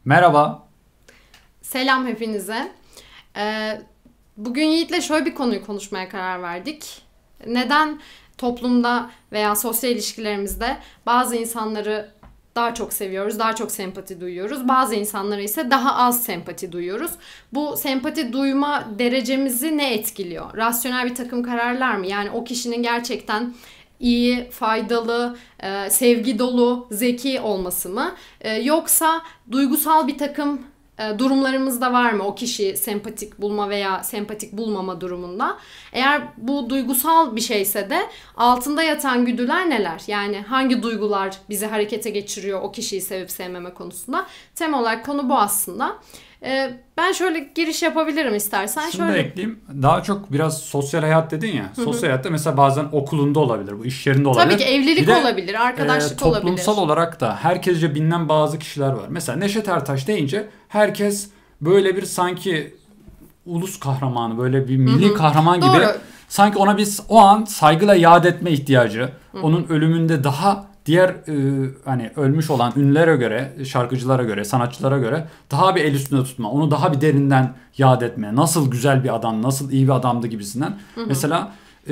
Merhaba. Selam hepinize. Bugün Yiğit'le şöyle bir konuyu konuşmaya karar verdik. Neden toplumda veya sosyal ilişkilerimizde bazı insanları daha çok seviyoruz, daha çok sempati duyuyoruz. Bazı insanlara ise daha az sempati duyuyoruz. Bu sempati duyma derecemizi ne etkiliyor? Rasyonel bir takım kararlar mı? Yani o kişinin gerçekten iyi, faydalı, sevgi dolu, zeki olması mı? Yoksa duygusal bir takım durumlarımız da var mı o kişiyi sempatik bulma veya sempatik bulmama durumunda? Eğer bu duygusal bir şeyse de altında yatan güdüler neler? Yani hangi duygular bizi harekete geçiriyor o kişiyi sevip sevmeme konusunda? Temel olarak konu bu aslında. Ben şöyle giriş yapabilirim istersen. Şunu da ekleyeyim. Daha çok biraz sosyal hayat dedin ya. Sosyal hayatta mesela bazen okulunda olabilir, bu iş yerinde olabilir. Tabii ki evlilik Bir de, olabilir, arkadaşlık olabilir. Toplumsal olarak da herkesce bilinen bazı kişiler var. Mesela Neşet Ertaş deyince herkes böyle bir sanki ulus kahramanı, böyle bir milli kahraman gibi. Doğru. Sanki ona biz o an saygıyla yad etme ihtiyacı. Onun ölümünde daha diğer hani ölmüş olan ünlülere göre, şarkıcılara göre, sanatçılara göre daha bir el üstünde tutma. Onu daha bir derinden yad etme. Nasıl güzel bir adam, nasıl iyi bir adamdı gibisinden. Mesela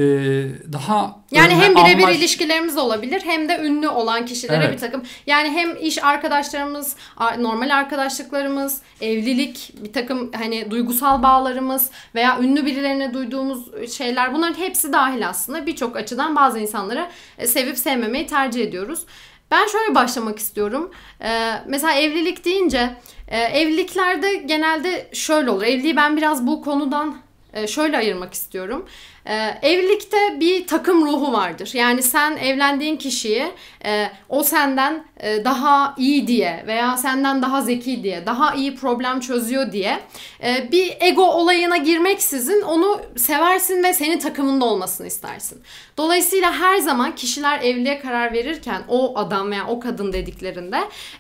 daha yani hem birebir ilişkilerimiz olabilir hem de ünlü olan kişilere Evet. bir takım, yani hem iş arkadaşlarımız, normal arkadaşlıklarımız, evlilik, bir takım hani duygusal bağlarımız veya ünlü birilerine duyduğumuz şeyler, bunların hepsi dahil aslında. Birçok açıdan bazı insanları sevip sevmemeyi tercih ediyoruz. Ben şöyle başlamak istiyorum. Mesela evlilik deyince evliliklerde genelde şöyle olur. Evliliği ben biraz bu konudan şöyle ayırmak istiyorum. Evlilikte bir takım ruhu vardır. Yani sen evlendiğin kişiyi o senden daha iyi diye veya senden daha zeki diye, daha iyi problem çözüyor diye bir ego olayına girmeksizin onu seversin ve senin takımında olmasını istersin. Dolayısıyla her zaman kişiler evliliğe karar verirken o adam veya o kadın dediklerinde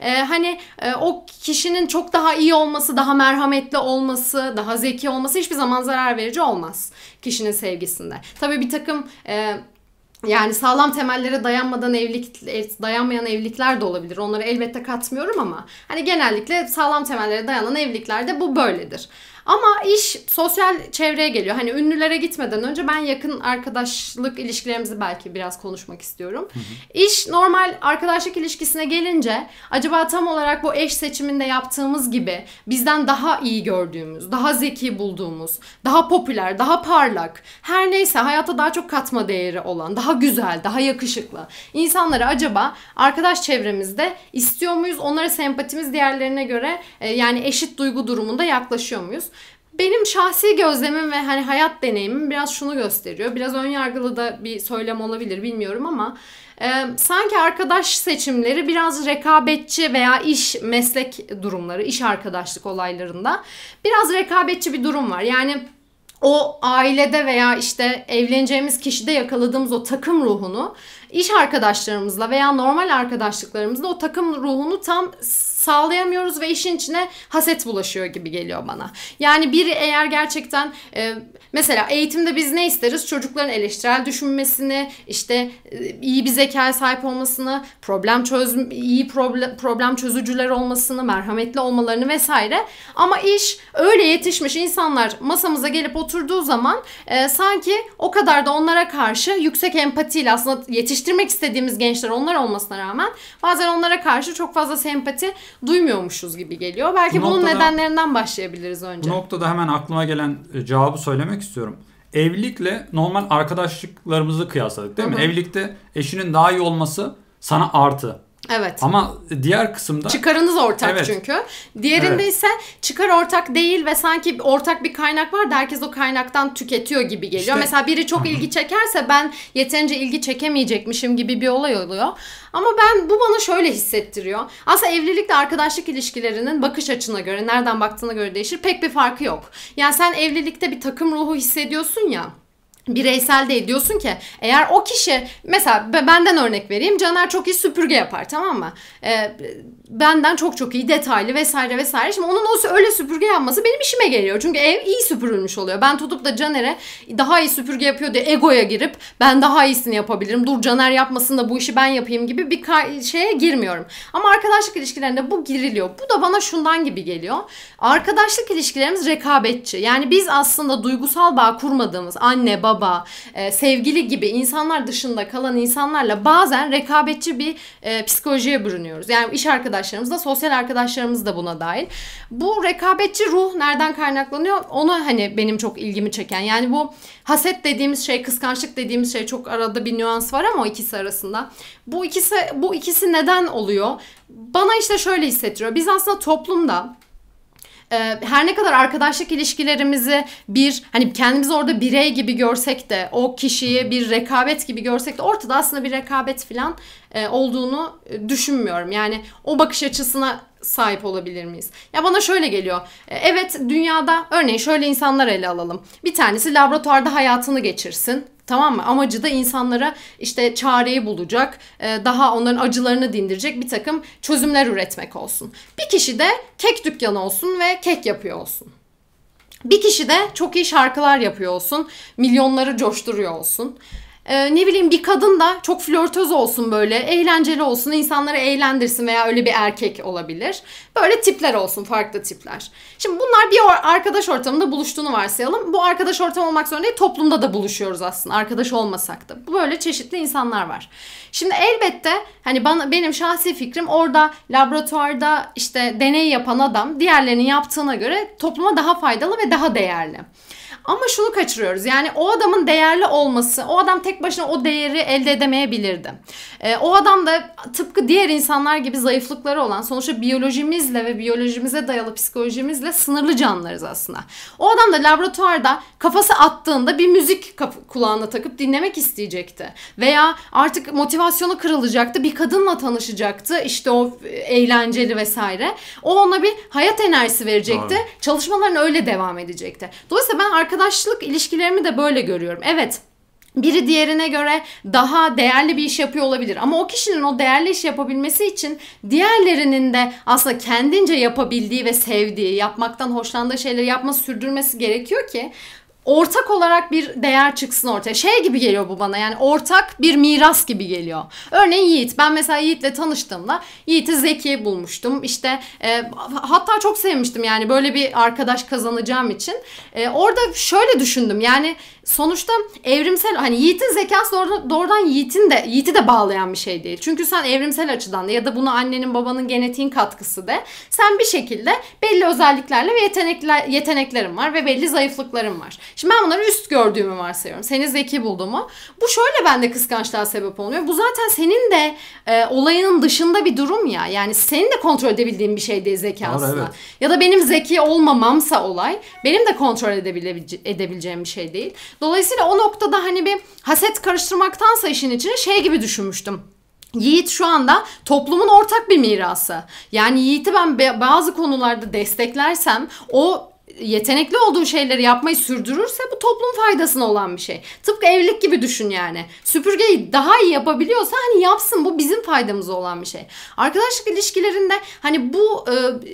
o kişinin çok daha iyi olması, daha merhametli olması, daha zeki olması hiçbir zaman zarar verici olmaz kişinin sevgisinde. Tabii bir takım yani sağlam temellere dayanmayan evlilikler de olabilir. Onları elbette katmıyorum ama hani genellikle sağlam temellere dayanan evliliklerde bu böyledir. Ama iş sosyal çevreye geliyor. Hani ünlülere gitmeden önce ben yakın arkadaşlık ilişkilerimizi belki biraz konuşmak istiyorum. İş normal arkadaşlık ilişkisine gelince acaba tam olarak bu eş seçiminde yaptığımız gibi bizden daha iyi gördüğümüz, daha zeki bulduğumuz, daha popüler, daha parlak, her neyse hayata daha çok katma değeri olan, daha güzel, daha yakışıklı insanları acaba arkadaş çevremizde istiyor muyuz? Onlara sempatimiz diğerlerine göre yani eşit duygu durumunda yaklaşıyor muyuz? Benim şahsi gözlemim ve hani hayat deneyimim biraz şunu gösteriyor. Biraz önyargılı da bir söylem olabilir, bilmiyorum ama sanki arkadaş seçimleri biraz rekabetçi veya meslek durumları, iş arkadaşlık olaylarında biraz rekabetçi bir durum var. Yani o ailede veya işte evleneceğimiz kişide yakaladığımız o takım ruhunu iş arkadaşlarımızla veya normal arkadaşlıklarımızla o takım ruhunu tam sağlayamıyoruz ve işin içine haset bulaşıyor gibi geliyor bana. Yani biri eğer gerçekten mesela eğitimde biz ne isteriz? Çocukların eleştirel düşünmesini, işte iyi bir zekaya sahip olmasını, problem çözücüler olmasını, merhametli olmalarını vesaire. Ama iş öyle yetişmiş insanlar masamıza gelip oturduğu zaman sanki o kadar da onlara karşı yüksek empatiyle, aslında yetiştirmek istediğimiz gençler onlar olmasına rağmen bazen onlara karşı çok fazla sempati duymuyormuşuz gibi geliyor. Belki bunun nedenlerinden başlayabiliriz önce. Bu noktada hemen aklıma gelen cevabı söylemek istiyorum. Evlilikle normal arkadaşlıklarımızı kıyasladık değil mi? Evlilikte eşinin daha iyi olması sana artı. Evet. Ama diğer kısımda çıkarınız ortak, evet. Çünkü. Diğerinde ise çıkar ortak değil ve sanki ortak bir kaynak var da herkes o kaynaktan tüketiyor gibi geliyor. İşte, mesela biri çok ilgi çekerse ben yeterince ilgi çekemeyecekmişim gibi bir olay oluyor. Ama bu bana şöyle hissettiriyor. Aslında evlilikle arkadaşlık ilişkilerinin bakış açına göre, nereden baktığına göre değişir. Pek bir farkı yok. Yani sen evlilikte bir takım ruhu hissediyorsun ya. Bireysel değil. Diyorsun ki eğer o kişi, mesela benden örnek vereyim, Caner çok iyi süpürge yapar, tamam mı? Benden çok iyi detaylı vesaire vesaire. Şimdi onun öyle süpürge yapması benim işime geliyor. Çünkü ev iyi süpürülmüş oluyor. Ben tutup da Caner'e daha iyi süpürge yapıyor diye egoya girip ben daha iyisini yapabilirim, dur Caner yapmasın da bu işi ben yapayım gibi bir şeye girmiyorum. Ama arkadaşlık ilişkilerinde bu giriliyor. Bu da bana şundan gibi geliyor. Arkadaşlık ilişkilerimiz rekabetçi. Yani biz aslında duygusal bağ kurmadığımız anne, baba, sevgili gibi insanlar dışında kalan insanlarla bazen rekabetçi bir psikolojiye bürünüyoruz. Yani iş arkadaşlarımız da, sosyal arkadaşlarımız da buna dahil. Bu rekabetçi ruh nereden kaynaklanıyor? Onu hani benim çok ilgimi çeken. Yani bu haset dediğimiz şey, kıskançlık dediğimiz şey, çok arada bir nüans var ama o ikisi arasında. Bu ikisi neden oluyor? Bana işte şöyle hissettiriyor. Biz aslında toplumda her ne kadar arkadaşlık ilişkilerimizi hani kendimizi orada birey gibi görsek de, o kişiyi bir rekabet gibi görsek de, ortada aslında bir rekabet falan olduğunu düşünmüyorum. Yani o bakış açısına sahip olabilir miyiz? Ya bana şöyle geliyor. Evet, dünyada örneğin şöyle insanlar ele alalım. Bir tanesi laboratuvarda hayatını geçirsin. Tamam mı? Amacı da insanlara işte çareyi bulacak, daha onların acılarını dindirecek bir takım çözümler üretmek olsun. Bir kişi de kek dükkanı olsun ve kek yapıyor olsun. Bir kişi de çok iyi şarkılar yapıyor olsun, milyonları coşturuyor olsun. Ne bileyim, bir kadın da çok flörtöz olsun, böyle eğlenceli olsun, insanları eğlendirsin, veya öyle bir erkek olabilir. Böyle tipler olsun, farklı tipler. Şimdi bunlar bir arkadaş ortamında buluştuğunu varsayalım. Bu arkadaş ortamı olmak zorunda değil, toplumda da buluşuyoruz aslında, arkadaş olmasak da. Böyle çeşitli insanlar var. Şimdi elbette hani benim şahsi fikrim, orada laboratuvarda işte deney yapan adam diğerlerinin yaptığına göre topluma daha faydalı ve daha değerli. Ama şunu kaçırıyoruz. Yani o adamın değerli olması, o adam tek başına o değeri elde edemeyebilirdi. O adam da tıpkı diğer insanlar gibi zayıflıkları olan, sonuçta biyolojimizle ve biyolojimize dayalı psikolojimizle sınırlı canlılarız aslında. O adam da laboratuvarda kafası attığında bir müzik kulağına takıp dinlemek isteyecekti. Veya artık motivasyonu kırılacaktı, bir kadınla tanışacaktı, işte o eğlenceli vesaire. O ona bir hayat enerjisi verecekti. Doğru. Çalışmalarına öyle devam edecekti. Dolayısıyla ben arkadaşlık ilişkilerimi de böyle görüyorum. Evet, biri diğerine göre daha değerli bir iş yapıyor olabilir. Ama o kişinin o değerli iş yapabilmesi için diğerlerinin de aslında kendince yapabildiği ve sevdiği, yapmaktan hoşlandığı şeyleri yapması, sürdürmesi gerekiyor ki ortak olarak bir değer çıksın ortaya. Şey gibi geliyor bu bana, yani ortak bir miras gibi geliyor. Örneğin Yiğit. Ben mesela Yiğit'le tanıştığımda Yiğit'i zeki bulmuştum. İşte hatta çok sevmiştim, yani böyle bir arkadaş kazanacağım için. Orada şöyle düşündüm, yani sonuçta evrimsel, hani Yiğit'in zekası doğrudan Yiğit'i de bağlayan bir şey değil. Çünkü sen evrimsel açıdan da, ya da bunu annenin babanın genetiğin katkısı de, sen bir şekilde belli özelliklerle ve yeteneklerin var ve belli zayıflıkların var. Şimdi ben bunları üst gördüğümü varsayıyorum. Seni zeki bulduğumu. Bu şöyle bende kıskançlığa sebep olmuyor. Bu zaten senin de olayının dışında bir durum ya. Yani senin de kontrol edebildiğin bir şey değil zeka aslında. Evet. Ya da benim zeki olmamamsa olay, benim de kontrol edebileceğim bir şey değil. Dolayısıyla o noktada hani bir haset karıştırmaktansa işin içine şey gibi düşünmüştüm. Yiğit şu anda toplumun ortak bir mirası. Yani Yiğit'i ben bazı konularda desteklersem, o yetenekli olduğu şeyleri yapmayı sürdürürse, bu toplum faydasına olan bir şey. Tıpkı evlilik gibi düşün yani. Süpürgeyi daha iyi yapabiliyorsa hani yapsın, bu bizim faydamıza olan bir şey. Arkadaşlık ilişkilerinde hani bu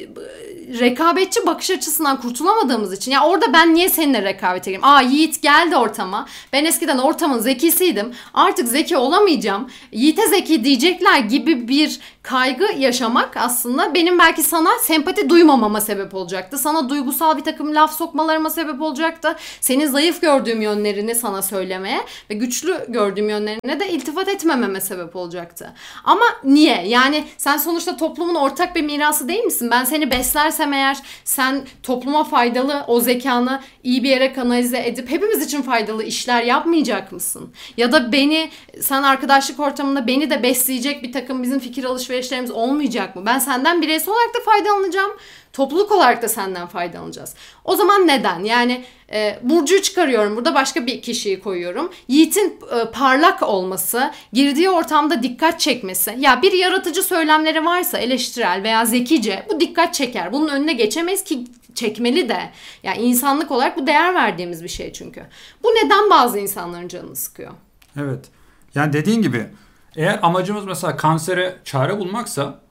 rekabetçi bakış açısından kurtulamadığımız için, ya orada ben niye seninle rekabete gireyim? Yiğit geldi ortama. Ben eskiden ortamın zekisiydim. Artık zeki olamayacağım. Yiğit'e zeki diyecekler gibi bir kaygı yaşamak aslında benim belki sana sempati duymamama sebep olacaktı. Sana duygusal bir takım laf sokmalarıma sebep olacaktı. Senin zayıf gördüğüm yönlerini sana söylemeye ve güçlü gördüğüm yönlerine de iltifat etmememe sebep olacaktı. Ama niye? Yani sen sonuçta toplumun ortak bir mirası değil misin? Ben seni beslersem eğer, sen topluma faydalı o zekanı iyi bir yere kanalize edip hepimiz için faydalı işler yapmayacak mısın? Ya da sen arkadaşlık ortamında beni de besleyecek bir takım bizim fikir alışverişlerimiz olmayacak mı? Ben senden bireysel olarak da faydalanacağım. Topluluk olarak da senden faydalanacağız. O zaman neden? Yani Burcu'yu çıkarıyorum. Burada başka bir kişiyi koyuyorum. Yiğit'in parlak olması, girdiği ortamda dikkat çekmesi. Ya bir yaratıcı söylemleri varsa, eleştirel veya zekice, bu dikkat çeker. Bunun önüne geçemeyiz ki çekmeli de. Yani insanlık olarak bu değer verdiğimiz bir şey çünkü. Bu neden bazı insanların canını sıkıyor? Evet. Yani dediğin gibi eğer amacımız mesela kansere çare bulmaksa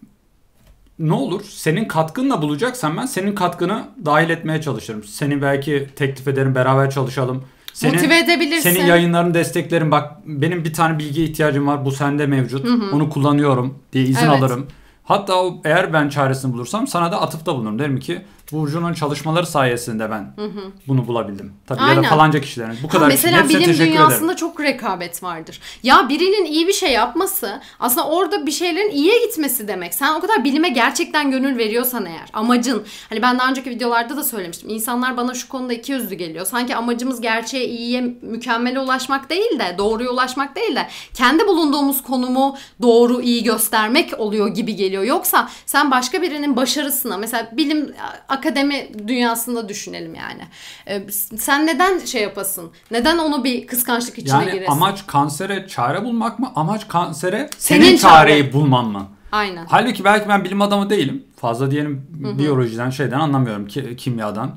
ne olur? Senin katkınla bulacaksan ben senin katkını dahil etmeye çalışırım. Seni belki teklif ederim, beraber çalışalım. Motive edebilirsin. Senin yayınlarını desteklerim. Bak benim bir tane bilgiye ihtiyacım var. Bu sende mevcut. Onu kullanıyorum diye izin alırım. Hatta eğer ben çaresini bulursam sana da atıfta bulunurum. Derim ki Burcu'nun çalışmaları sayesinde ben bunu bulabildim. Tabii ya da falanca kişilerin. Bu kadar mesela kişinin hepsine bilim dünyasında ederim. çok rekabet vardır. Ya birinin iyi bir şey yapması aslında orada bir şeylerin iyiye gitmesi demek. Sen o kadar bilime gerçekten gönül veriyorsan eğer. Amacın. Hani ben daha önceki videolarda da söylemiştim. İnsanlar bana şu konuda ikiyüzlü geliyor. Sanki amacımız gerçeğe, iyiye, mükemmele ulaşmak değil de, doğruya ulaşmak değil de kendi bulunduğumuz konumu doğru, iyi göstermek oluyor gibi geliyor. Yoksa sen başka birinin başarısına, mesela bilim akademi dünyasında düşünelim yani. Sen neden şey yapasın? Neden onu bir kıskançlık içine yani giresin? Amaç kansere çare bulmak mı? Amaç kansere senin çareyi bulman mı? Aynen. Halbuki belki ben bilim adamı değilim. Fazla diyelim biyolojiden şeyden anlamıyorum kimyadan.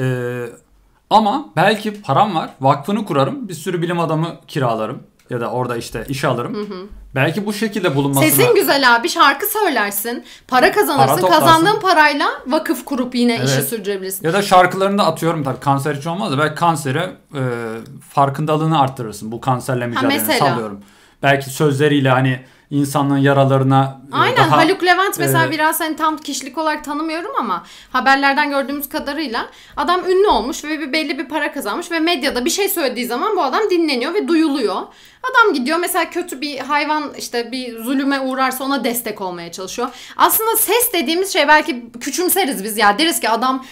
Ama belki param var. Vakfını kurarım. Bir sürü bilim adamı kiralarım. Ya da orada işte işe alırım. Belki bu şekilde bulunmasına... Sesin güzel abi. Şarkı söylersin. Para kazanırsın. Kazandığın parayla vakıf kurup yine işi sürdürebilirsin. Ya da şarkılarını da atıyorum tabii. Kanser hiç olmaz da belki kansere farkındalığını arttırırsın. Bu kanserle mücadeleni sallıyorum. Belki sözleriyle hani insanlığın yaralarına aynen daha, Haluk Levent mesela biraz hani tam kişilik olarak tanımıyorum ama haberlerden gördüğümüz kadarıyla adam ünlü olmuş ve belli bir para kazanmış ve medyada bir şey söylediği zaman bu adam dinleniyor ve duyuluyor. Adam gidiyor mesela kötü bir hayvan işte bir zulüme uğrarsa ona destek olmaya çalışıyor. Aslında ses dediğimiz şey belki küçümseriz biz ya. Deriz ki adam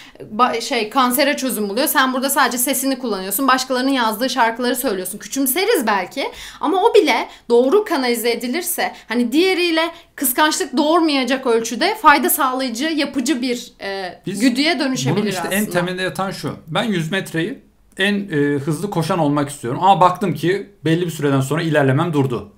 kansere çözüm buluyor. Sen burada sadece sesini kullanıyorsun. Başkalarının yazdığı şarkıları söylüyorsun. Küçümseriz belki. Ama o bile doğru kanalize edilirse hani diğeriyle kıskançlık doğurmayacak ölçüde fayda sağlayıcı, yapıcı bir güdüye dönüşebilir bunun işte aslında. En temelde yatan şu. Ben 100 metreyi en hızlı koşan olmak istiyorum. Ama baktım ki belli bir süreden sonra ilerlemem durdu.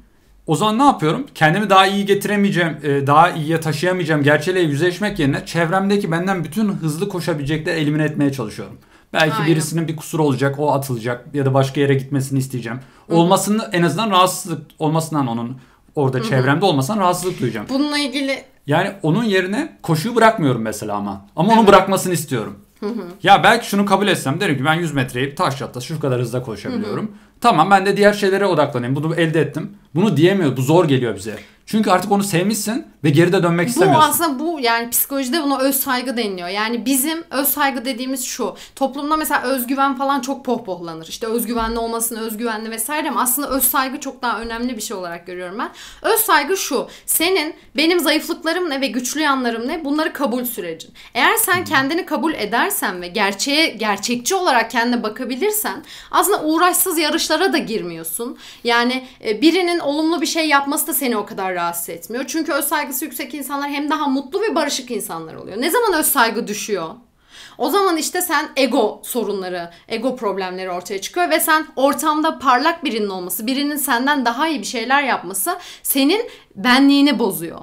O zaman ne yapıyorum? Kendimi daha iyi getiremeyeceğim, daha iyiye taşıyamayacağım gerçeğiyle yüzleşmek yerine çevremdeki benden bütün hızlı koşabilecekleri elimine etmeye çalışıyorum. Belki birisinin bir kusuru olacak, o atılacak ya da başka yere gitmesini isteyeceğim. Olmasını en azından rahatsızlık olmasından onun orada çevremde olmasından rahatsızlık duyacağım. Bununla ilgili... Yani onun yerine koşuyu bırakmıyorum mesela ama. Ama onu bırakmasını istiyorum. Ya belki şunu kabul etsem derim ki ben 100 metreyi taş çatla şu kadar hızla koşabiliyorum. Tamam ben de diğer şeylere odaklanayım. Bunu elde ettim. Bunu diyemiyor. Bu zor geliyor bize. Çünkü artık onu sevmişsin ve geride dönmek istemiyorsun. Bu aslında yani psikolojide buna öz saygı deniliyor. Yani bizim öz saygı dediğimiz şu. Toplumda mesela özgüven falan çok pohpohlanır. İşte özgüvenli olmasın, özgüvenli vesaire ama aslında öz saygı çok daha önemli bir şey olarak görüyorum ben. Öz saygı şu. Senin benim zayıflıklarım ne ve güçlü yanlarım ne? Bunları kabul sürecin. Eğer sen kendini kabul edersen ve gerçekçi olarak kendine bakabilirsen aslında uğraşsız yarışlara da girmiyorsun. Yani birinin olumlu bir şey yapması da seni o kadar rahatsız etmiyor. Çünkü öz saygısı yüksek insanlar hem daha mutlu ve barışık insanlar oluyor. Ne zaman öz saygı düşüyor? O zaman işte sen ego sorunları, ego problemleri ortaya çıkıyor ve sen ortamda parlak birinin olması, birinin senden daha iyi bir şeyler yapması senin benliğini bozuyor.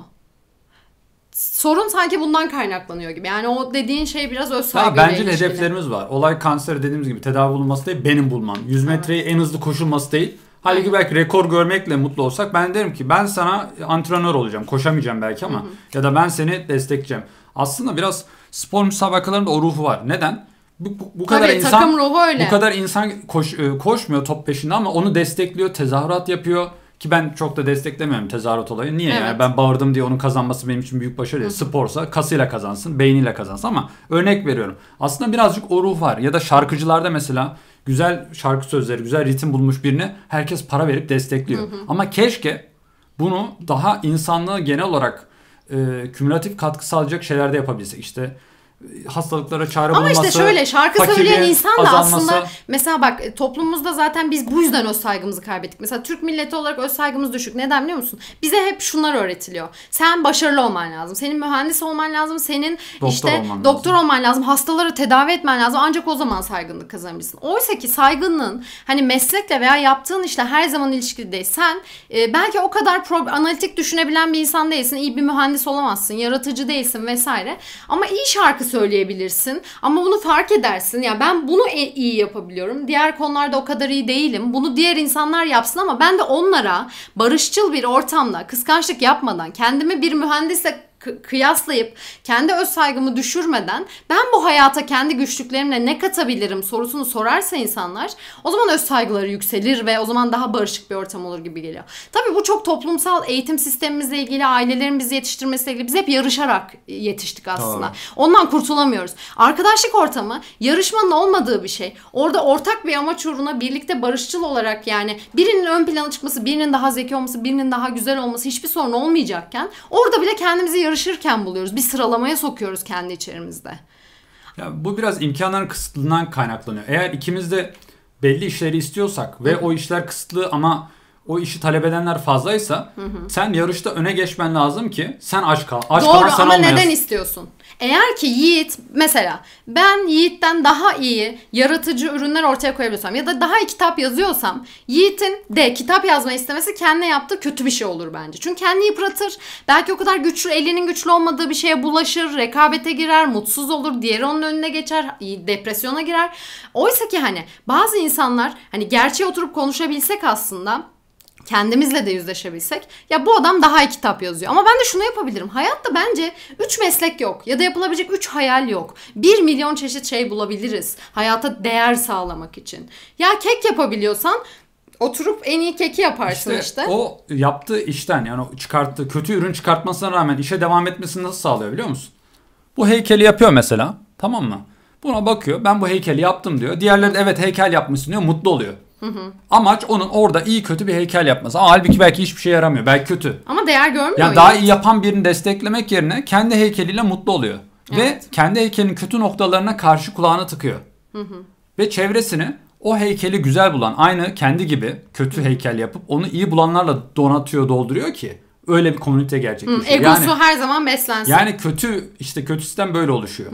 Sorun sanki bundan kaynaklanıyor gibi. Yani o dediğin şey biraz öz saygıyla ilişkili. Bence hedeflerimiz var. Olay kanser dediğimiz gibi tedavi bulunması değil, benim bulmam. 100 metreyi en hızlı koşulması değil. Halbuki belki rekor görmekle mutlu olsak ben derim ki ben sana antrenör olacağım. Koşamayacağım belki ama ya da ben seni destekleyeceğim. Aslında biraz spor müsabakalarında o ruhu var. Neden? Bu kadar insan takım ruhu öyle. Bu kadar insan koşmuyor top peşinde ama onu destekliyor, tezahürat yapıyor. Ki ben çok da desteklemiyorum tezahürat olayı. Niye yani? Ben bağırdım diye onun kazanması benim için büyük başarı değil. Sporsa kasıyla kazansın, beyniyle kazansın ama örnek veriyorum. Aslında birazcık o ruh var. Ya da şarkıcılarda mesela güzel şarkı sözleri, güzel ritim bulmuş birini herkes para verip destekliyor. Ama keşke bunu daha insanlığa genel olarak kümülatif katkı sağlayacak şeyler de yapabilsek. İşte hastalıklara çare bulması. Ama işte şöyle şarkı söyleyen insan da azalması. aslında mesela bak toplumumuzda zaten biz bu yüzden öz saygımızı kaybettik. Mesela Türk milleti olarak öz saygımız düşük. Neden biliyor musun? Bize hep şunlar öğretiliyor. Sen başarılı olman lazım. Senin mühendis olman lazım. Senin doktor olman lazım. Hastaları tedavi etmen lazım. Ancak o zaman saygınlık kazanabilirsin. Oysa ki saygınlığın hani meslekle veya yaptığın işle her zaman ilişkili değil. Sen belki o kadar analitik düşünebilen bir insan değilsin. İyi bir mühendis olamazsın. Yaratıcı değilsin vesaire. Ama iyi şarkı söyleyebilirsin. Ama bunu fark edersin. Ya ben bunu iyi yapabiliyorum. Diğer konularda o kadar iyi değilim. Bunu diğer insanlar yapsın ama ben de onlara barışçıl bir ortamda, kıskançlık yapmadan, kendimi bir mühendisle kıyaslayıp kendi öz saygımı düşürmeden ben bu hayata kendi güçlüklerimle ne katabilirim sorusunu sorarsa insanlar, o zaman öz saygıları yükselir ve o zaman daha barışık bir ortam olur gibi geliyor. Tabii bu çok toplumsal eğitim sistemimizle ilgili, ailelerin bizi yetiştirmesiyle ilgili. Biz hep yarışarak yetiştik aslında. Doğru. Ondan kurtulamıyoruz. Arkadaşlık ortamı yarışmanın olmadığı bir şey. Orada ortak bir amaç uğruna birlikte barışçıl olarak, yani birinin ön plana çıkması, birinin daha zeki olması, birinin daha güzel olması hiçbir sorun olmayacakken orada bile kendimizi yarışırken buluyoruz. Bir sıralamaya sokuyoruz kendi içerimizde. Ya bu biraz imkanların kısıtlılığından kaynaklanıyor. Eğer ikimiz de belli işleri istiyorsak ve o işler kısıtlı ama o işi talep edenler fazlaysa sen yarışta öne geçmen lazım ki sen aç kal. Aç Doğru kalan sen ama olmayasın. neden istiyorsun? Eğer ki Yiğit, mesela ben Yiğit'ten daha iyi yaratıcı ürünler ortaya koyabiliyorsam ya da daha iyi kitap yazıyorsam, Yiğit'in de kitap yazmayı istemesi kendine yaptığı kötü bir şey olur bence. Çünkü kendini yıpratır. Belki o kadar güçlü, elinin güçlü olmadığı bir şeye bulaşır, rekabete girer, mutsuz olur, diğeri onun önüne geçer, depresyona girer. Oysa ki hani bazı insanlar, hani gerçeğe oturup konuşabilsek aslında, kendimizle de yüzleşebilsek, ya bu adam daha iyi kitap yazıyor ama ben de şunu yapabilirim. Hayatta bence 3 meslek yok ya da yapılabilecek 3 hayal yok. 1 milyon çeşit şey bulabiliriz hayata değer sağlamak için. Ya kek yapabiliyorsan oturup en iyi keki yaparsın işte. O yaptığı işten, yani o çıkarttığı kötü ürün çıkartmasına rağmen işe devam etmesini nasıl sağlıyor biliyor musun? Bu heykeli yapıyor mesela, tamam mı? Buna bakıyor, ben bu heykeli yaptım diyor. Diğerleri de evet heykel yapmışsın diyor, mutlu oluyor. Amaç onun orada iyi kötü bir heykel yapması. Ama halbuki belki hiçbir şey yaramıyor. Belki kötü. Ama değer görmüyor. Yani daha iyi yapan birini desteklemek yerine kendi heykeliyle mutlu oluyor. Evet. Ve kendi heykelin kötü noktalarına karşı kulağını tıkıyor. Ve çevresini o heykeli güzel bulan, aynı kendi gibi kötü heykel yapıp onu iyi bulanlarla donatıyor, dolduruyor ki öyle bir komünite gerçekleşiyor. Egosu yani, her zaman beslensin. Yani kötü sistem böyle oluşuyor.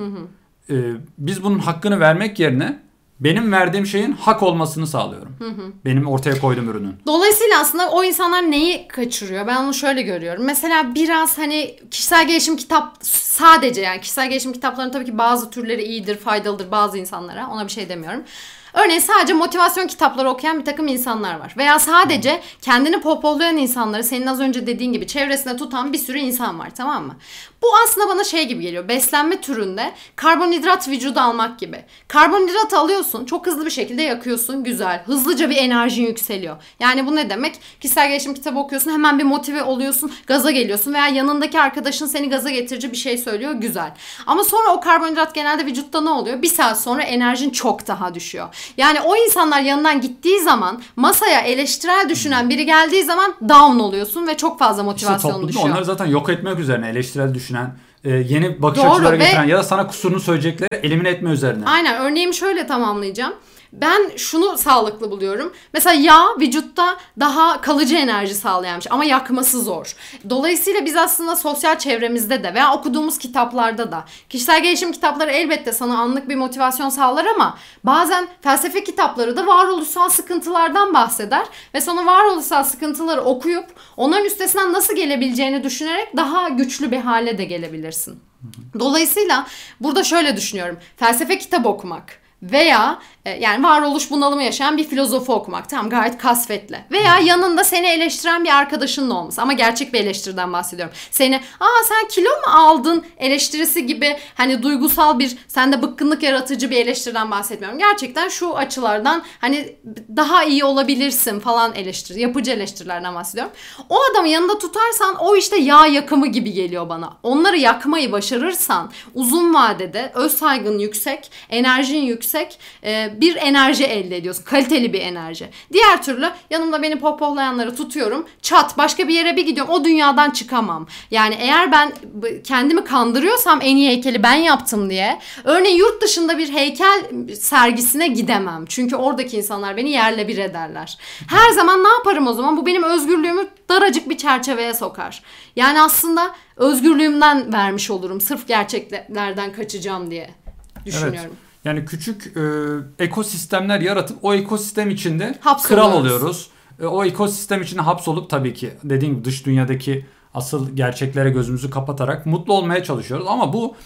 Biz bunun hakkını vermek yerine benim verdiğim şeyin hak olmasını sağlıyorum. Benim ortaya koyduğum ürünün. Dolayısıyla aslında o insanlar neyi kaçırıyor? Ben onu şöyle görüyorum. Mesela biraz hani kişisel gelişim kitap sadece, yani kişisel gelişim kitaplarının tabii ki bazı türleri iyidir, faydalıdır bazı insanlara. Ona bir şey demiyorum. Örneğin sadece motivasyon kitapları okuyan bir takım insanlar var. Veya sadece kendini pohpohlayan insanları, senin az önce dediğin gibi çevresine tutan bir sürü insan var, tamam mı? Bu aslında bana şey gibi geliyor. Beslenme türünde karbonhidrat vücuda almak gibi. Karbonhidrat alıyorsun, çok hızlı bir şekilde yakıyorsun, güzel. Hızlıca bir enerjin yükseliyor. Yani bu ne demek? Kişisel gelişim kitabı okuyorsun, hemen bir motive oluyorsun, gaza geliyorsun. Veya yanındaki arkadaşın seni gaza getirici bir şey söylüyor, güzel. Ama sonra o karbonhidrat genelde vücutta ne oluyor? Bir saat sonra enerjin çok daha düşüyor. Yani o insanlar yanından gittiği zaman, masaya eleştirel düşünen biri geldiği zaman down oluyorsun ve çok fazla motivasyonun düşüyor. Onları zaten yok etmek üzerine eleştirel düşünen, yeni bakış açıları getiren ya da sana kusurunu söyleyecekleri elimine etme üzerine. Aynen, örneğimi şöyle tamamlayacağım. Ben şunu sağlıklı buluyorum. Mesela yağ vücutta daha kalıcı enerji sağlayan bir şey ama yakması zor. Dolayısıyla biz aslında sosyal çevremizde de veya okuduğumuz kitaplarda da, kişisel gelişim kitapları elbette sana anlık bir motivasyon sağlar ama bazen felsefe kitapları da varoluşsal sıkıntılardan bahseder ve sonra varoluşsal sıkıntıları okuyup onların üstesinden nasıl gelebileceğini düşünerek daha güçlü bir hale de gelebilirsin. Dolayısıyla burada şöyle düşünüyorum. Felsefe kitabı okumak veya yani varoluş bunalımı yaşayan bir filozofu okumak, tamam, gayet kasvetli. Veya yanında seni eleştiren bir arkadaşının olması, ama gerçek bir eleştiriden bahsediyorum. Seni sen kilo mu aldın eleştirisi gibi hani duygusal bir, sende bıkkınlık yaratıcı bir eleştiriden bahsetmiyorum. Gerçekten şu açılardan hani daha iyi olabilirsin falan eleştiri, yapıcı eleştirilerden bahsediyorum. O adamı yanında tutarsan o işte yağ yakımı gibi geliyor bana. Onları yakmayı başarırsan uzun vadede öz saygın yüksek, enerjin yüksek, bir enerji elde ediyorsun. Kaliteli bir enerji. Diğer türlü yanımda beni pohpohlayanları tutuyorum. Çat başka bir yere bir gidiyorum. O dünyadan çıkamam. Yani eğer ben kendimi kandırıyorsam en iyi heykeli ben yaptım diye, örneğin yurt dışında bir heykel sergisine gidemem. Çünkü oradaki insanlar beni yerle bir ederler. Her zaman ne yaparım o zaman? Bu benim özgürlüğümü daracık bir çerçeveye sokar. Yani aslında özgürlüğümden vermiş olurum. Sırf gerçeklerden kaçacağım diye düşünüyorum. Evet. Yani küçük ekosistemler yaratıp o ekosistem içinde kral oluyoruz. O ekosistem içinde hapsolup tabii ki dediğim gibi dış dünyadaki asıl gerçeklere gözümüzü kapatarak mutlu olmaya çalışıyoruz. Ama bu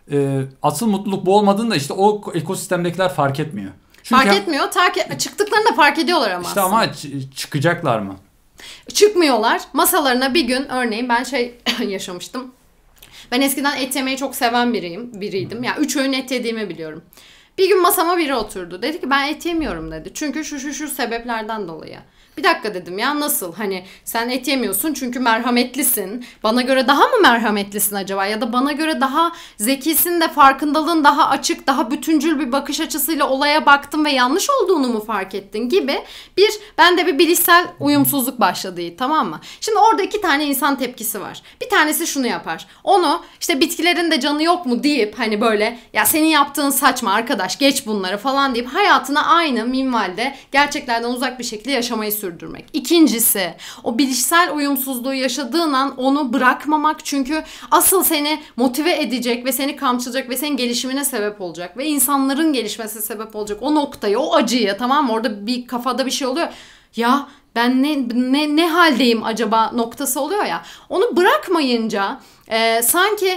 asıl mutluluk bu olmadığını da işte o ekosistemdekiler fark etmiyor. Çünkü fark etmiyor. Çıktıklarında fark ediyorlar ama İşte aslında. ama çıkacaklar mı? Çıkmıyorlar. Masalarına bir gün örneğin ben yaşamıştım. Ben eskiden et yemeyi çok seven biriydim. Yani 3 öğün et yediğimi biliyorum. Bir gün masama biri oturdu. Dedi ki ben et yemiyorum dedi. Çünkü şu sebeplerden dolayı. Bir dakika dedim ya, nasıl? Hani sen et yemiyorsun çünkü merhametlisin. Bana göre daha mı merhametlisin acaba? Ya da bana göre daha zekisin de farkındalığın daha açık, daha bütüncül bir bakış açısıyla olaya baktın ve yanlış olduğunu mu fark ettin gibi bende bir bilişsel uyumsuzluk başladı, tamam mı? Şimdi orada 2 tane insan tepkisi var. Bir tanesi şunu yapar. Onu işte bitkilerin de canı yok mu deyip hani böyle ya senin yaptığın saçma arkadaş geç bunları falan deyip hayatına aynı minvalde gerçeklerden uzak bir şekilde yaşamayı sürdürmek. İkincisi, o bilişsel uyumsuzluğu yaşadığın an onu bırakmamak, çünkü asıl seni motive edecek ve seni kamçılayacak ve senin gelişimine sebep olacak ve insanların gelişmesine sebep olacak o noktayı, o acıyı, tamam mı? Orada bir kafada bir şey oluyor. Ya ben ne haldeyim acaba noktası oluyor ya. Onu bırakmayınca sanki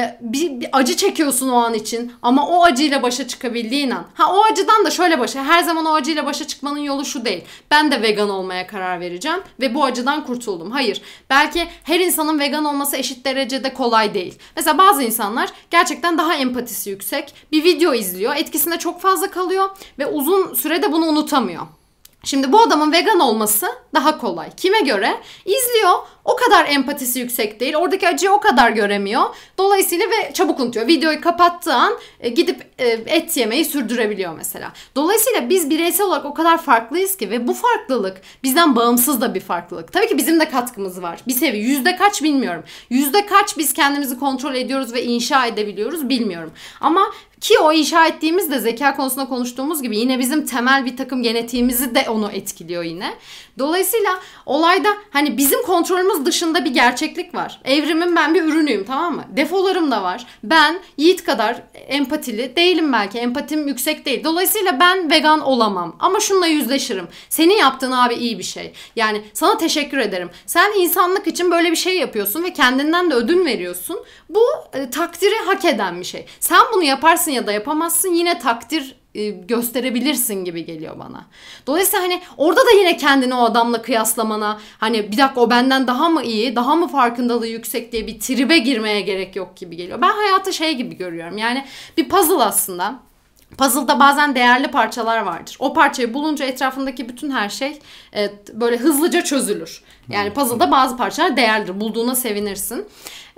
bir acı çekiyorsun o an için ama o acıyla başa çıkabildiğin an. O acıdan da şöyle her zaman o acıyla başa çıkmanın yolu şu değil. Ben de vegan olmaya karar vereceğim ve bu acıdan kurtuldum. Hayır. Belki her insanın vegan olması eşit derecede kolay değil. Mesela bazı insanlar gerçekten daha empatisi yüksek. Bir video izliyor, etkisinde çok fazla kalıyor ve uzun sürede bunu unutamıyor. Şimdi bu adamın vegan olması daha kolay. Kime göre? İzliyor. O kadar empatisi yüksek değil. Oradaki acıyı o kadar göremiyor. Dolayısıyla ve çabuk unutuyor. Videoyu kapattığı an gidip et yemeyi sürdürebiliyor mesela. Dolayısıyla biz bireysel olarak o kadar farklıyız ki ve bu farklılık bizden bağımsız da bir farklılık. Tabii ki bizim de katkımız var. Bir seviye. Yüzde kaç bilmiyorum. Yüzde kaç biz kendimizi kontrol ediyoruz ve inşa edebiliyoruz bilmiyorum. Ama ki o inşa ettiğimiz de zeka konusunda konuştuğumuz gibi yine bizim temel bir takım genetiğimizi de onu etkiliyor yine. Dolayısıyla olayda hani bizim kontrolümüz dışında bir gerçeklik var. Evrimin ben bir ürünüyüm, tamam mı? Defolarım da var. Ben Yiğit kadar empatili değilim belki. Empatim yüksek değil. Dolayısıyla ben vegan olamam. Ama şununla yüzleşirim. Senin yaptığın abi iyi bir şey. Yani sana teşekkür ederim. Sen insanlık için böyle bir şey yapıyorsun ve kendinden de ödün veriyorsun. Bu takdiri hak eden bir şey. Sen bunu yaparsın ya da yapamazsın, yine takdir gösterebilirsin gibi geliyor bana. Dolayısıyla hani orada da yine kendini o adamla kıyaslamana, hani bir dakika o benden daha mı iyi, daha mı farkındalığı yüksek diye bir tribe girmeye gerek yok gibi geliyor. Ben hayatı gibi görüyorum. Yani bir puzzle aslında. Puzzle'da bazen değerli parçalar vardır. O parçayı bulunca etrafındaki bütün her şey böyle hızlıca çözülür. Yani puzzle'da bazı parçalar değerlidir. Bulduğuna sevinirsin.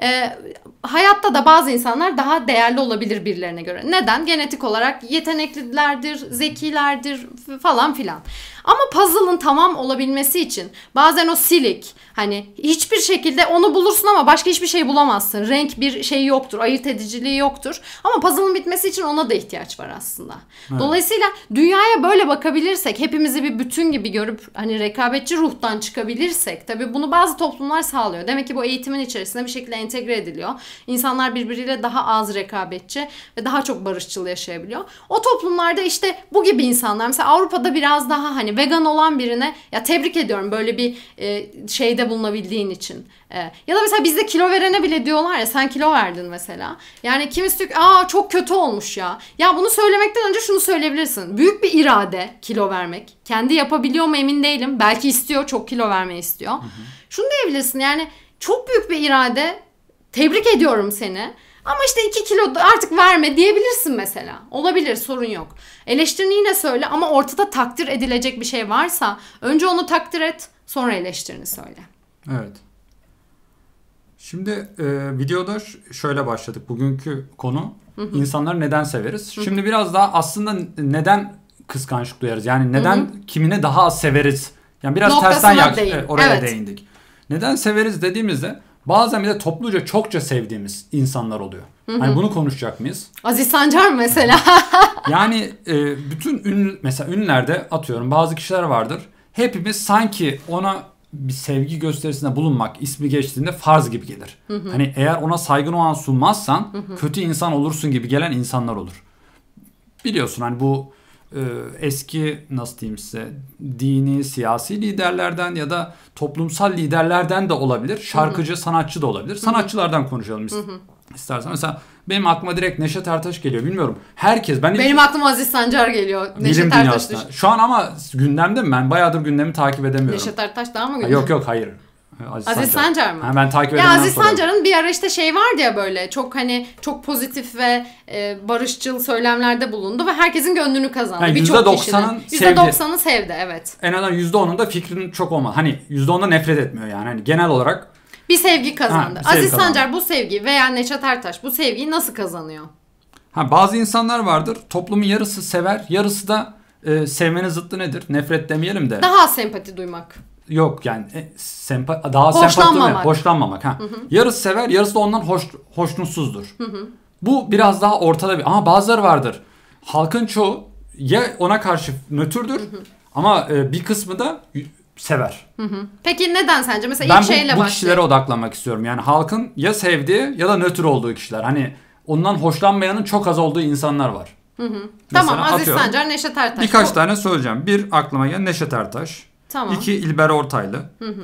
Hayatta da bazı insanlar daha değerli olabilir birilerine göre. Neden? Genetik olarak yeteneklilerdir, zekilerdir falan filan. Ama puzzle'ın tamam olabilmesi için bazen o silik, hani hiçbir şekilde onu bulursun ama başka hiçbir şey bulamazsın. Renk bir şey yoktur, ayırt ediciliği yoktur. Ama puzzle'ın bitmesi için ona da ihtiyaç var aslında. Evet. Dolayısıyla dünyaya böyle bakabilirsek, hepimizi bir bütün gibi görüp hani rekabetçi ruhtan çıkabilirsek, tabii bunu bazı toplumlar sağlıyor. Demek ki bu eğitimin içerisinde bir şekilde entegre ediliyor. İnsanlar birbiriyle daha az rekabetçi ve daha çok barışçıl yaşayabiliyor. O toplumlarda işte bu gibi insanlar, mesela Avrupa'da biraz daha hani vegan olan birine ya tebrik ediyorum böyle bir şeyde bulunabildiğin için. Ya da mesela bizde kilo verene bile diyorlar ya sen kilo verdin mesela. Yani kimisi diyor ki çok kötü olmuş ya. Ya bunu söylemekten önce şunu söyleyebilirsin. Büyük bir irade kilo vermek. Kendi yapabiliyor mu emin değilim. Belki istiyor, çok kilo vermeyi istiyor. Hı hı. Şunu diyebilirsin, yani çok büyük bir irade. Tebrik ediyorum seni. Ama işte 2 kilo artık verme diyebilirsin mesela. Olabilir, sorun yok. Eleştirini yine söyle ama ortada takdir edilecek bir şey varsa önce onu takdir et, sonra eleştirini söyle. Evet. Şimdi videoda şöyle başladık. Bugünkü konu insanları neden severiz? Şimdi biraz daha aslında neden kıskançlık duyarız? Yani neden kimine daha az severiz? Yani biraz noktasına tersten oraya değindik. Neden severiz dediğimizde bazen bir de topluca çokça sevdiğimiz insanlar oluyor. Hani bunu konuşacak mıyız? Aziz Sancar mesela. Yani bütün mesela ünlülerde atıyorum bazı kişiler vardır. Hepimiz sanki ona bir sevgi gösterisinde bulunmak ismi geçtiğinde farz gibi gelir. Hani eğer ona saygın o an sunmazsan kötü insan olursun gibi gelen insanlar olur. Biliyorsun hani bu eski nasıl diyeyim size dini, siyasi liderlerden ya da toplumsal liderlerden de olabilir. Şarkıcı, sanatçı da olabilir. Sanatçılardan konuşalım biz. İstersen mesela benim aklıma direkt Neşet Ertaş geliyor. Bilmiyorum. Herkes benim aklıma Aziz Sancar geliyor. Neşet Ertaş düşün. Şu an ama gündemde mi? Ben bayağıdır gündemi takip edemiyorum. Neşet Ertaş daha mı gündemde? Yok hayır. Aziz Sancar mı? Ha, ben takip edemem. Ya Aziz Sancar'ın bir ara işte şey vardı ya, böyle çok hani çok pozitif ve barışçıl söylemlerde bulundu ve herkesin gönlünü kazandı. Yani Birçok kişinin. %90'ı sevdi, evet. En azından %10'unda fikrinin çok olmadı. Hani %10'da nefret etmiyor yani. Hani genel olarak bir sevgi kazandı. Aziz kazandı. Sancar bu sevgi veya Neşet Ertaş bu sevgiyi nasıl kazanıyor? Bazı insanlar vardır. Toplumun yarısı sever, yarısı da sevmenin zıttı nedir? Nefret demeyelim de. Daha az sempati duymak. Yok yani daha sempati duymak. Hoşlanmamak. Yarısı sever, yarısı da ondan hoşnutsuzdur. Bu biraz daha ortada bir. Ama bazıları vardır. Halkın çoğu ya ona karşı nötrdür ama bir kısmı da sever. Peki neden sence? Mesela ben ilk şeyle bu kişilere odaklanmak istiyorum. Yani halkın ya sevdiği ya da nötr olduğu kişiler. Hani ondan hoşlanmayanın çok az olduğu insanlar var. Tamam, Aziz Sancar, Neşet Ertaş. Birkaç tane söyleyeceğim. Bir, aklıma gelen Neşet Ertaş. Tamam. 2, İlber Ortaylı.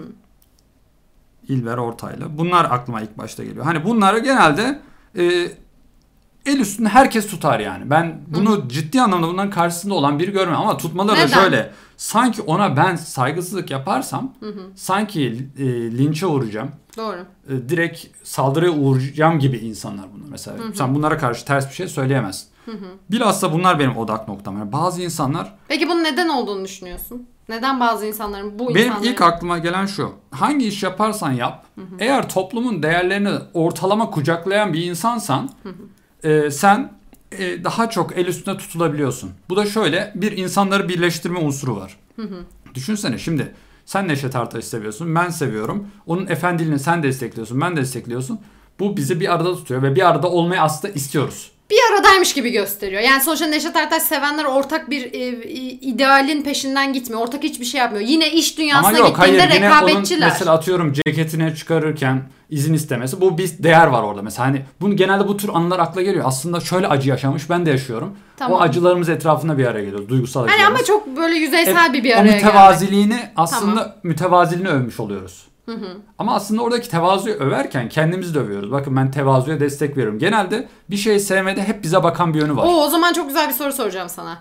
İlber Ortaylı. Bunlar aklıma ilk başta geliyor. Hani bunları genelde el üstünde herkes tutar yani. Ben bunu ciddi anlamda bunların karşısında olan biri görmem ama tutmaları da şöyle. Sanki ona ben saygısızlık yaparsam sanki linçe uğrayacağım. Doğru. Direkt saldırıya uğrayacağım gibi insanlar bunlar mesela. Sen bunlara karşı ters bir şey söyleyemezsin. Bilhassa bunlar benim odak noktam. Yani bazı insanlar... Peki bunun neden olduğunu düşünüyorsun? Neden bazı insanların Benim ilk aklıma gelen şu. Hangi iş yaparsan yap. Eğer toplumun değerlerini ortalama kucaklayan bir insansan sen daha çok el üstünde tutulabiliyorsun. Bu da şöyle, bir insanları birleştirme unsuru var. Düşünsene şimdi sen Neşet Ertaş'ı seviyorsun, ben seviyorum. Onun efendiliğini sen destekliyorsun, ben destekliyorsun. Bu bizi bir arada tutuyor ve bir arada olmayı aslında istiyoruz. Bir aradaymış gibi gösteriyor. Yani sonuçta Neşet Ertaş sevenler ortak bir idealin peşinden gitmiyor. Ortak hiçbir şey yapmıyor. Yine iş dünyasına gittiğinde rekabetçiler. Mesela atıyorum ceketini çıkarırken izin istemesi. Bu bir değer var orada. Mesela hani bunu genelde bu tür anılar akla geliyor. Aslında şöyle acı yaşamış, ben de yaşıyorum. Tamam. O acılarımız etrafında bir araya geliyor. Duygusal acılarımız. Hani ama çok böyle yüzeysel bir araya gelmek. O mütevaziliğini aslında mütevaziliğini övmüş oluyoruz. Ama aslında oradaki tevazuyu överken kendimizi de övüyoruz. Bakın ben tevazuya destek veriyorum. Genelde bir şeyi sevmede hep bize bakan bir yönü var. O zaman çok güzel bir soru soracağım sana.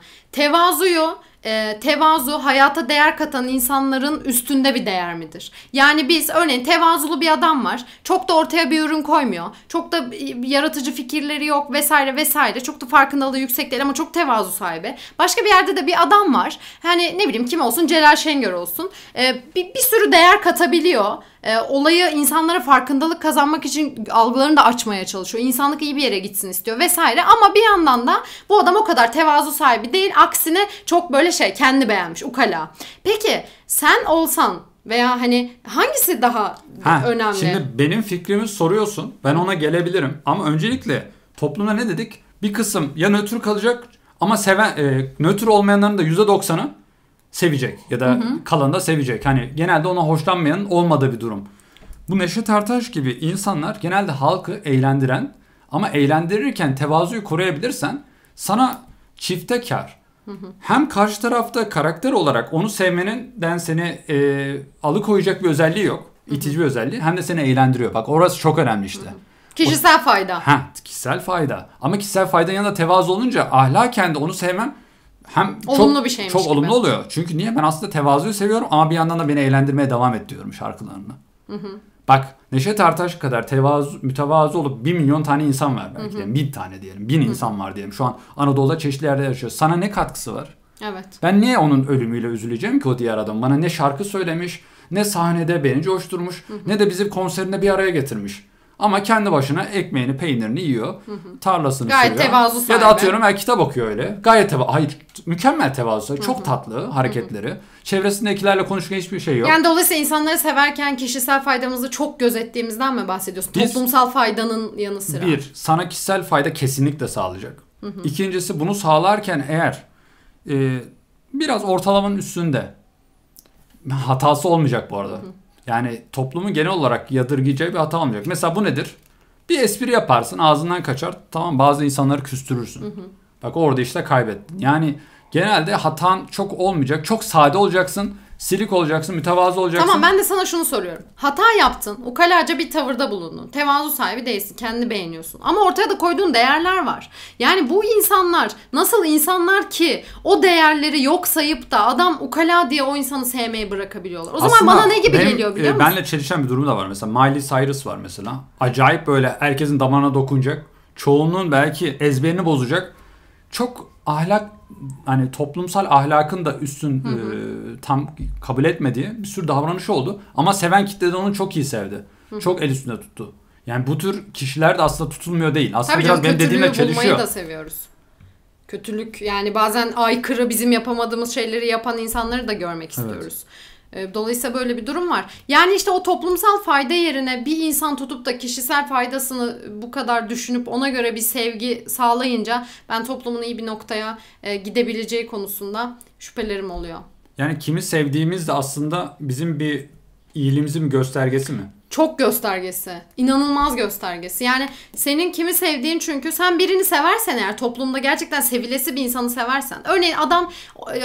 Tevazu hayata değer katan insanların üstünde bir değer midir? Yani biz örneğin tevazulu bir adam var. Çok da ortaya bir ürün koymuyor. Çok da yaratıcı fikirleri yok vesaire vesaire. Çok da farkındalığı yüksek değil ama çok tevazu sahibi. Başka bir yerde de bir adam var. Hani ne bileyim kim olsun, Celal Şengör olsun. Bir sürü değer katabiliyor. Olayı insanlara farkındalık kazanmak için algılarını da açmaya çalışıyor. İnsanlık iyi bir yere gitsin istiyor vesaire. Ama bir yandan da bu adam o kadar tevazu sahibi değil. Aksine çok böyle kendi beğenmiş, ukala. Peki sen olsan veya hani hangisi daha önemli? Şimdi benim fikrimi soruyorsun. Ben ona gelebilirim. Ama öncelikle toplumda ne dedik? Bir kısım ya nötr kalacak ama nötr olmayanların da %90'ı sevecek ya da kalanı da sevecek. Hani genelde ona hoşlanmayanın olmadığı bir durum. Bu Neşet Ertaş gibi insanlar genelde halkı eğlendiren ama eğlendirirken tevazuyu koruyabilirsen sana çifte kar. Hem karşı tarafta karakter olarak onu sevmeninden seni alıkoyacak bir özelliği yok. İtici bir özelliği. Hem de seni eğlendiriyor. Bak orası çok önemli işte. Kişisel fayda. Kişisel fayda. Ama kişisel faydanın yanında tevazu olunca ahlaken de onu sevmem hem olumlu bir şeymiş çok gibi. olumlu oluyor. Çünkü niye? Ben aslında tevazuyu seviyorum ama bir yandan da beni eğlendirmeye devam et diyorum şarkılarını. Bak Neşet Ertaş kadar mütevazı olup 1 milyon tane insan var belki. Yani 1000 tane diyelim. 1000 insan var diyelim. Şu an Anadolu'da çeşitli yerde yaşıyor. Sana ne katkısı var? Evet. Ben niye onun ölümüyle üzüleceğim ki o diğer adam? Bana ne şarkı söylemiş, ne sahnede beni coşturmuş, ne de bizim konserinde bir araya getirmiş. Ama kendi başına ekmeğini, peynirini yiyor. Tarlasını gayet sürüyor. tevazu sahibi. Ya da atıyorum kitap okuyor öyle. Gayet mükemmel tevazu sahibi. Çok tatlı hareketleri. Çevresindekilerle konuşurken hiçbir şey yok. Yani dolayısıyla insanları severken kişisel faydamızı çok gözettiğimizden mi bahsediyorsun? Toplumsal faydanın yanı sıra. Bir, sana kişisel fayda kesinlikle sağlayacak. İkincisi bunu sağlarken eğer biraz ortalamanın üstünde, hatası olmayacak bu arada. Yani toplumun genel olarak yadırgayacağı bir hata olmayacak. Mesela bu nedir? Bir espri yaparsın, ağzından kaçar. Tamam, bazı insanları küstürürsün. Bak orada işte kaybettin. Yani genelde hatan çok olmayacak. Çok sade olacaksın. Silik olacaksın, mütevazı olacaksın. Tamam, ben de sana şunu soruyorum. Hata yaptın, ukalaca bir tavırda bulundun. Tevazu sahibi değilsin, kendini beğeniyorsun. Ama ortaya da koyduğun değerler var. Yani bu insanlar nasıl insanlar ki o değerleri yok sayıp da adam ukala diye o insanı sevmeyi bırakabiliyorlar. O zaman aslında bana ne gibi geliyor biliyor musun? Benle çelişen bir durum da var. Mesela Miley Cyrus var mesela. Acayip böyle herkesin damağına dokunacak. Çoğunluğun belki ezberini bozacak. Çok ahlak, hani toplumsal ahlakın da üstün tam kabul etmediği bir sürü davranışı oldu. Ama seven kitle de onu çok iyi sevdi. Çok el üstünde tuttu. Yani bu tür kişiler de aslında tutulmuyor değil. Aslında tabii biraz canım, benim dediğimle kötülüğü bulmayı çelişiyor. da seviyoruz. Kötülük, yani bazen aykırı, bizim yapamadığımız şeyleri yapan insanları da görmek istiyoruz. Dolayısıyla böyle bir durum var. Yani işte o toplumsal fayda yerine bir insan tutup da kişisel faydasını bu kadar düşünüp ona göre bir sevgi sağlayınca ben toplumun iyi bir noktaya gidebileceği konusunda şüphelerim oluyor. Yani kimi sevdiğimiz de aslında bizim bir iyiliğimizin bir göstergesi mi? Çok göstergesi. İnanılmaz göstergesi. Yani senin kimi sevdiğin, çünkü sen birini seversen eğer, toplumda gerçekten sevilesi bir insanı seversen. Örneğin adam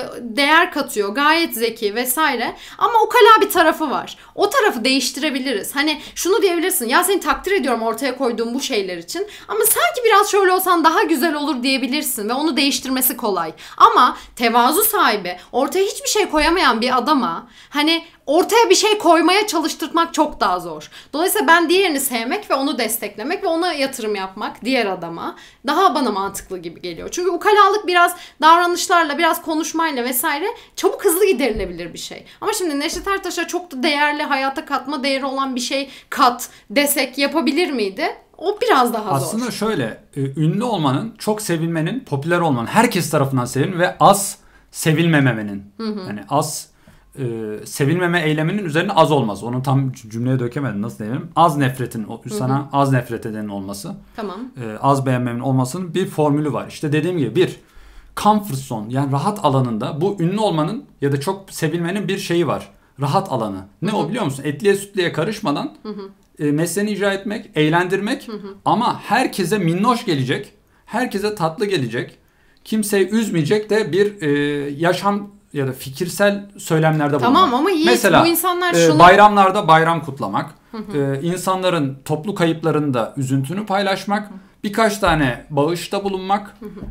değer katıyor, gayet zeki vesaire, ama ukala bir tarafı var. O tarafı değiştirebiliriz. Hani şunu diyebilirsin: ya seni takdir ediyorum ortaya koyduğum bu şeyler için, ama sanki biraz şöyle olsan daha güzel olur diyebilirsin ve onu değiştirmesi kolay. Ama tevazu sahibi, ortaya hiçbir şey koyamayan bir adama hani ortaya bir şey koymaya çalıştırmak çok daha zor. Dolayısıyla ben diğerini sevmek ve onu desteklemek ve ona yatırım yapmak, diğer adama, daha bana mantıklı gibi geliyor. Çünkü ukalalık biraz davranışlarla, biraz konuşmayla vesaire çabuk hızlı giderilebilir bir şey. Ama şimdi Neşet Ertaş'a çok da değerli, hayata katma değeri olan bir şey kat desek yapabilir miydi? O biraz daha zor. Aslında şöyle, ünlü olmanın, çok sevilmenin, popüler olmanın, herkes tarafından sevilmenin ve az sevilmememenin, yani az sevilmeme eyleminin üzerine az olmaz. Onu tam cümleye dökemedim. Nasıl diyelim? Az nefretin, sana az nefret edenin olması. Tamam. Az beğenmemin olmasının bir formülü var. İşte dediğim gibi bir comfort zone, yani rahat alanında bu ünlü olmanın ya da çok sevilmenin bir şeyi var. Rahat alanı. Ne o biliyor musun? Etliye sütlüye karışmadan mesleğini icra etmek, eğlendirmek, ama herkese minnoş gelecek, herkese tatlı gelecek, kimseyi üzmeyecek de bir yaşam ya da fikirsel söylemlerde bulunmak. Tamam ama Yiğit, mesela, bu insanlar şunu... bayramlarda bayram kutlamak, insanların toplu kayıplarında üzüntünü paylaşmak, birkaç tane bağışta bulunmak,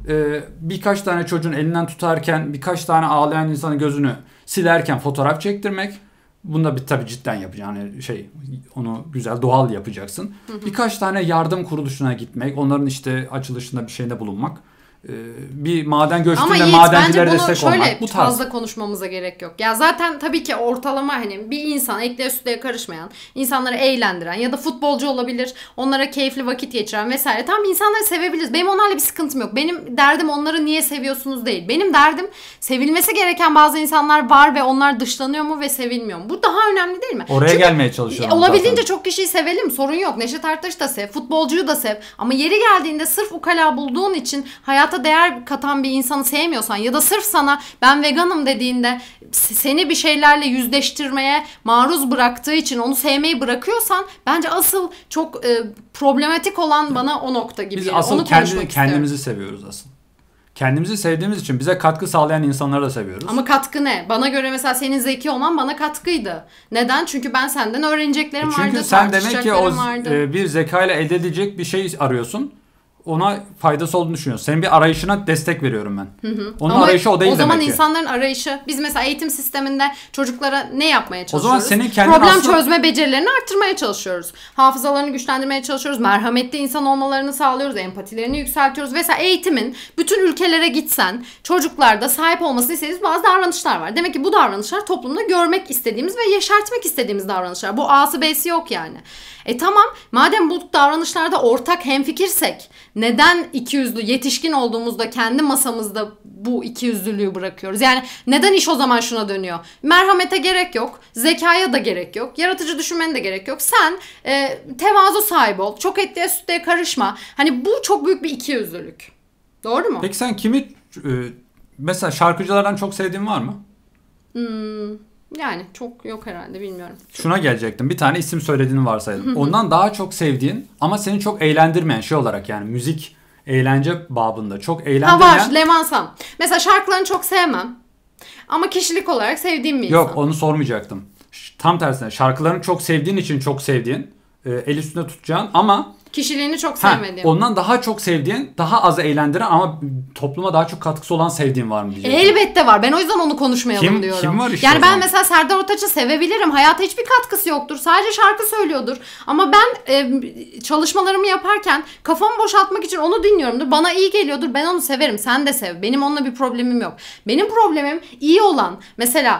birkaç tane çocuğun elinden tutarken birkaç tane ağlayan insanın gözünü silerken fotoğraf çektirmek. Bunda bir tabii cidden yapacaksın. Yani onu güzel, doğal yapacaksın. Birkaç tane yardım kuruluşuna gitmek, onların işte açılışında bir şeyde bulunmak. Bir maden göçtüğünde madencilere destek olmak. Bu tarz. Fazla konuşmamıza gerek yok. Ya zaten tabii ki ortalama, hani bir insan etliye sütlüye karışmayan, insanları eğlendiren ya da futbolcu olabilir, onlara keyifli vakit geçiren vesaire. Tam insanları sevebiliriz. Benim onlarla bir sıkıntım yok. Benim derdim onları niye seviyorsunuz değil. Benim derdim, sevilmesi gereken bazı insanlar var ve onlar dışlanıyor mu ve sevilmiyor mu? Bu daha önemli değil mi? Oraya gelmeye çalışıyorum. Olabildiğince çok kişiyi sevelim. Sorun yok. Neşet Ertaş'ı da sev. Futbolcuyu da sev. Ama yeri geldiğinde sırf ukala bulduğun için hayata değer katan bir insanı sevmiyorsan ya da sırf sana ben veganım dediğinde seni bir şeylerle yüzleştirmeye maruz bıraktığı için onu sevmeyi bırakıyorsan, bence asıl çok problematik olan bana o nokta gibi geliyor. Biz asıl kendimizi seviyoruz aslında. Kendimizi sevdiğimiz için bize katkı sağlayan insanları da seviyoruz. Ama katkı ne? Bana göre mesela senin zeki olman bana katkıydı. Neden? Çünkü ben senden öğreneceklerim vardı. Çünkü sen demek ki bir zekayla elde edilecek bir şey arıyorsun. Ona faydası olduğunu düşünüyorsun. Senin bir arayışına destek veriyorum ben. Onun ama arayışı o değil demek ki. O zaman insanların arayışı, biz mesela eğitim sisteminde çocuklara ne yapmaya çalışıyoruz? O zaman senin kendin problem çözme becerilerini arttırmaya çalışıyoruz. Hafızalarını güçlendirmeye çalışıyoruz. Merhametli insan olmalarını sağlıyoruz. Empatilerini yükseltiyoruz. Mesela eğitimin bütün ülkelere gitsen çocuklarda sahip olmasını istediğimiz bazı davranışlar var. Demek ki bu davranışlar toplumda görmek istediğimiz ve yeşertmek istediğimiz davranışlar. Bu A'sı B'si yok yani. Tamam, madem bu davranışlarda ortak hemfikirsek neden ikiyüzlü, yetişkin olduğumuzda kendi masamızda bu ikiyüzlülüğü bırakıyoruz? Yani neden iş o zaman şuna dönüyor? Merhamete gerek yok, zekaya da gerek yok, yaratıcı düşünmene de gerek yok. Sen tevazu sahibi ol, çok etliye sütlüye karışma. Hani bu çok büyük bir ikiyüzlülük. Doğru mu? Peki sen kimi mesela şarkıcılardan çok sevdiğin var mı? Yani çok yok herhalde, bilmiyorum. Şuna gelecektim. Bir tane isim söylediğini varsayalım. Ondan daha çok sevdiğin ama seni çok eğlendirmeyen şey olarak, yani müzik eğlence babında çok eğlendirmeyen. Var, Levan Sam. Mesela şarkılarını çok sevmem. Ama kişilik olarak sevdiğim bir Yok, insan. onu sormayacaktım. Tam tersine şarkılarını çok sevdiğin için çok sevdiğin, el üstünde tutacağın ama Kişiliğini çok sevmediğim. ondan daha çok sevdiğin, daha az eğlendiren ama topluma daha çok katkısı olan sevdiğin var mı diyecektim. Elbette var. Ben o yüzden onu konuşmayalım diyorum. Kim var işte yani o ben zaman? mesela Serdar Ortaç'ı sevebilirim. Hayata hiçbir katkısı yoktur. Sadece şarkı söylüyordur. Ama ben çalışmalarımı yaparken kafamı boşaltmak için onu dinliyorumdur. Bana iyi geliyordur. Ben onu severim. Sen de sev. Benim onunla bir problemim yok. Benim problemim iyi olan, mesela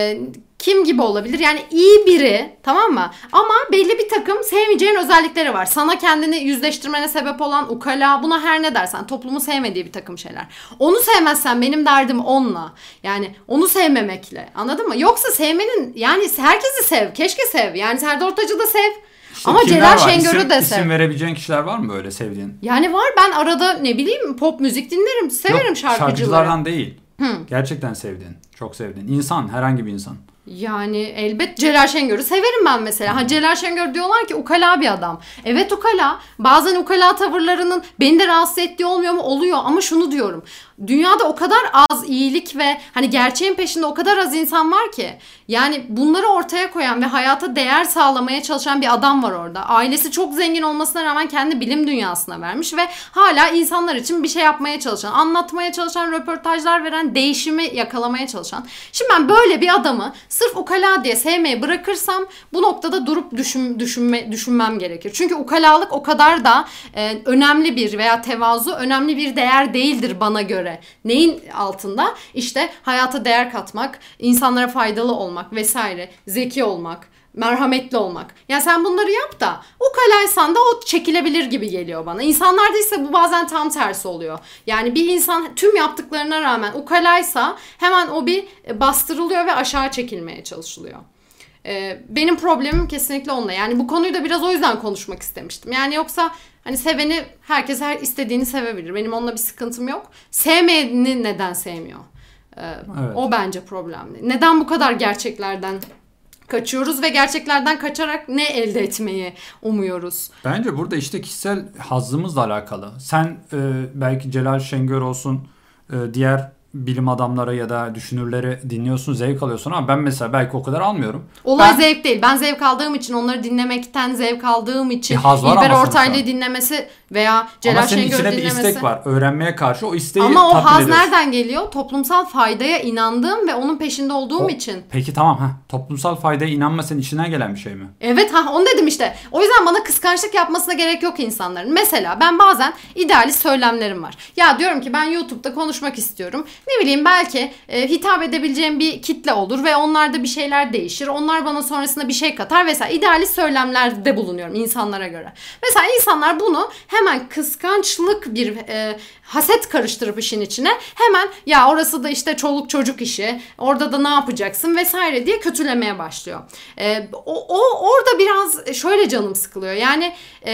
kim gibi olabilir? Yani iyi biri, tamam mı? Ama belli bir takım sevmeyeceğin özellikleri var. Sana kendini yüzleştirmene sebep olan ukala, buna her ne dersen, toplumu sevmediği bir takım şeyler. Onu sevmezsen benim derdim onunla. Yani onu sevmemekle. Anladın mı? Yoksa sevmenin, yani herkesi sev. Keşke sev. Yani Serdar Ortaç'ı da sev. İşte ama kimler Celal var? Şengör'ü de sev. İsim verebileceğin kişiler var mı böyle sevdiğin? Yani var. Ben arada ne bileyim pop müzik dinlerim. Severim Yok, şarkıcıları. şarkıcılardan değil. Gerçekten sevdiğin, çok sevdiğin. İnsan, herhangi bir insan. Yani elbet Celal Şengör'ü severim ben mesela. Ha, Celal Şengör diyorlar ki ukala bir adam. Evet ukala. Bazen ukala tavırlarının beni de rahatsız ettiği olmuyor mu? Oluyor. Ama şunu diyorum. Dünyada o kadar az iyilik ve hani gerçeğin peşinde o kadar az insan var ki. Yani bunları ortaya koyan ve hayata değer sağlamaya çalışan bir adam var orada. Ailesi çok zengin olmasına rağmen kendi bilim dünyasına vermiş ve hala insanlar için bir şey yapmaya çalışan, anlatmaya çalışan, röportajlar veren, değişimi yakalamaya çalışan. Şimdi ben böyle bir adamı sırf ukala diye sevmeyi bırakırsam bu noktada durup düşünmem gerekir. Çünkü ukalalık o kadar da önemli bir veya tevazu önemli bir değer değildir bana göre. Neyin altında? İşte hayata değer katmak, insanlara faydalı olmak vesaire, zeki olmak, merhametli olmak. Yani sen bunları yap da ukalaysan da o çekilebilir gibi geliyor bana. İnsanlarda ise bu bazen tam tersi oluyor. Yani bir insan tüm yaptıklarına rağmen ukalaysa hemen o bir bastırılıyor ve aşağı çekilmeye çalışılıyor. Benim problemim kesinlikle onunla. Yani bu konuyu da biraz o yüzden konuşmak istemiştim. Yani yoksa hani seveni, herkes her istediğini sevebilir. Benim onunla bir sıkıntım yok. Sevmeyeni neden sevmiyor? Evet. O bence problemli. Neden bu kadar gerçeklerden kaçıyoruz ve gerçeklerden kaçarak ne elde etmeyi umuyoruz? Bence burada işte kişisel hazzımızla alakalı. Sen belki Celal Şengör olsun, diğer bilim adamları ya da düşünürleri dinliyorsun, zevk alıyorsun ama ben mesela belki o kadar almıyorum. Olay zevk değil. Ben zevk aldığım için, onları dinlemekten zevk aldığım için İlber Ortaylı'yı dinlemesi veya Celal Şengör'ü dinlemesi. Ama senin içinde bir istek var. Öğrenmeye karşı o isteği ama o haz nereden geliyor? Toplumsal faydaya inandığım ve onun peşinde olduğum için. Peki tamam. Toplumsal faydaya inanma senin içinden gelen bir şey mi? Evet, onu dedim işte. O yüzden bana kıskançlık yapmasına gerek yok insanların. Mesela ben bazen idealist söylemlerim var. Ya diyorum ki ben YouTube'da konuşmak istiyorum. Ne bileyim, belki hitap edebileceğim bir kitle olur ve onlarda bir şeyler değişir. Onlar bana sonrasında bir şey katar vesaire. İdealist söylemlerde bulunuyorum insanlara göre. Mesela insanlar bunu hemen kıskançlık bir haset karıştırıp işin içine hemen ya orası da işte çoluk çocuk işi, orada da ne yapacaksın vesaire diye kötülemeye başlıyor. Orada biraz şöyle canım sıkılıyor. Yani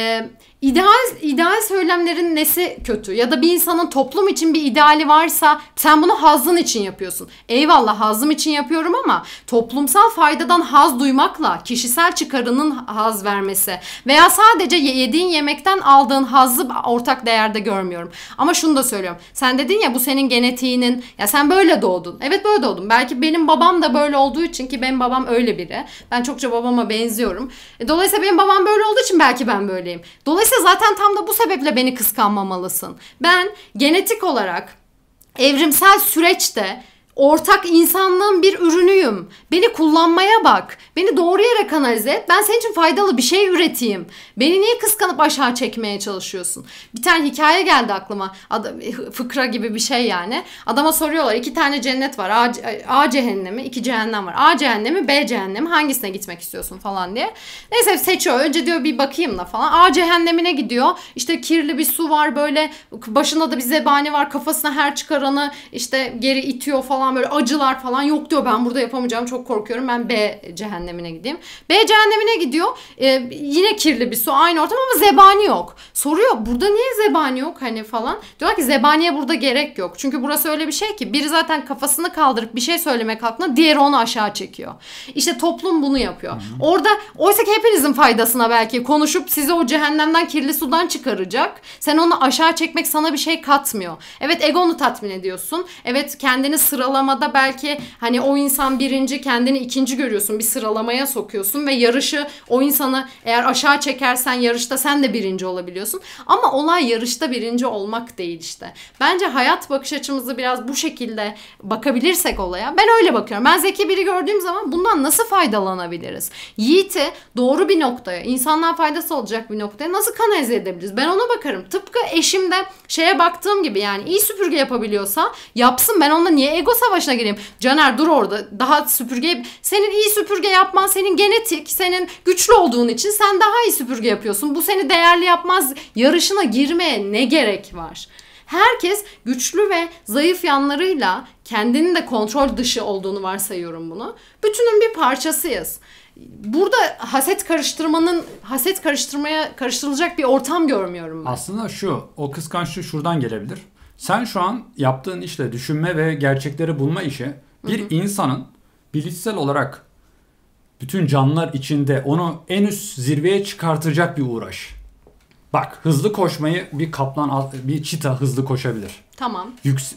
ideal söylemlerin nesi kötü? Ya da bir insanın toplum için bir ideali varsa sen bunu hazın için yapıyorsun. Eyvallah, hazım için yapıyorum ama toplumsal faydadan haz duymakla kişisel çıkarının haz vermesi veya sadece yediğin yemekten aldığın hazzı ortak değerde görmüyorum. Ama şunu da söylüyorum. Sen dedin ya bu senin genetiğinin, ya sen böyle doğdun. Evet, böyle doğdum. Belki benim babam da böyle olduğu için, ki benim babam öyle biri. Ben çokça babama benziyorum. Dolayısıyla benim babam böyle olduğu için belki ben böyleyim. Dolayısıyla zaten tam da bu sebeple beni kıskanmamalısın. Ben genetik olarak evrimsel süreçte ortak insanlığın bir ürünüyüm. Beni kullanmaya bak. Beni doğru yere kanalize et. Ben senin için faydalı bir şey üreteyim. Beni niye kıskanıp aşağı çekmeye çalışıyorsun? Bir tane hikaye geldi aklıma. Fıkra gibi bir şey yani. Adama soruyorlar, 2 tane cennet var. A cehennemi, 2 cehennem var. A cehennemi, B cehennemi, hangisine gitmek istiyorsun falan diye. Neyse seçiyor. Önce diyor bir bakayım da falan. A cehennemine gidiyor. İşte kirli bir su var böyle. Başında da bir zebani var. Kafasına her çıkaranı işte geri itiyor falan. Böyle acılar falan. Yok diyor, ben burada yapamayacağım, çok korkuyorum, ben B cehennemine gideyim. B cehennemine gidiyor. Yine kirli bir su, aynı ortam ama zebani yok. Soruyor, burada niye zebani yok hani falan. Diyorlar ki zebaniye burada gerek yok. Çünkü burası öyle bir şey ki biri zaten kafasını kaldırıp bir şey söylemek kalktığında diğeri onu aşağı çekiyor. İşte toplum bunu yapıyor. Orada oysa ki hepinizin faydasına belki konuşup sizi o cehennemden, kirli sudan çıkaracak. Sen onu aşağı çekmek sana bir şey katmıyor. Evet, egonu tatmin ediyorsun. Evet, kendini sıralamada belki hani o insan birinci, kendini ikinci görüyorsun. Bir sıralamaya sokuyorsun ve yarışı, o insanı eğer aşağı çekersen yarışta sen de birinci olabiliyorsun. Ama olay yarışta birinci olmak değil işte. Bence hayat bakış açımızı biraz bu şekilde bakabilirsek olaya. Ben öyle bakıyorum. Ben zeki biri gördüğüm zaman bundan nasıl faydalanabiliriz? Yiğit'i doğru bir noktaya, insanlığa faydası olacak bir noktaya nasıl kanalize edebiliriz? Ben ona bakarım. Tıpkı eşimde şeye baktığım gibi, yani iyi süpürge yapabiliyorsa yapsın. Ben onunla niye ego savaşına gireyim? Caner dur orada. Daha süpürge, senin iyi süpürge yapman senin genetik, senin güçlü olduğun için sen daha iyi süpürge yapıyorsun. Bu seni değerli yapmaz. Yarışına girmeye ne gerek var? Herkes güçlü ve zayıf yanlarıyla kendinin de kontrol dışı olduğunu varsayıyorum bunu. Bütünün bir parçasıyız. Burada haset karıştırmaya karıştırılacak bir ortam görmüyorum ben. Aslında o kıskançlık şuradan gelebilir. Sen şu an yaptığın işle düşünme ve gerçekleri bulma işi bir insanın bilişsel olarak bütün canlılar içinde onu en üst zirveye çıkartacak bir uğraş. Bak, hızlı koşmayı bir kaplan, bir çita hızlı koşabilir. Tamam.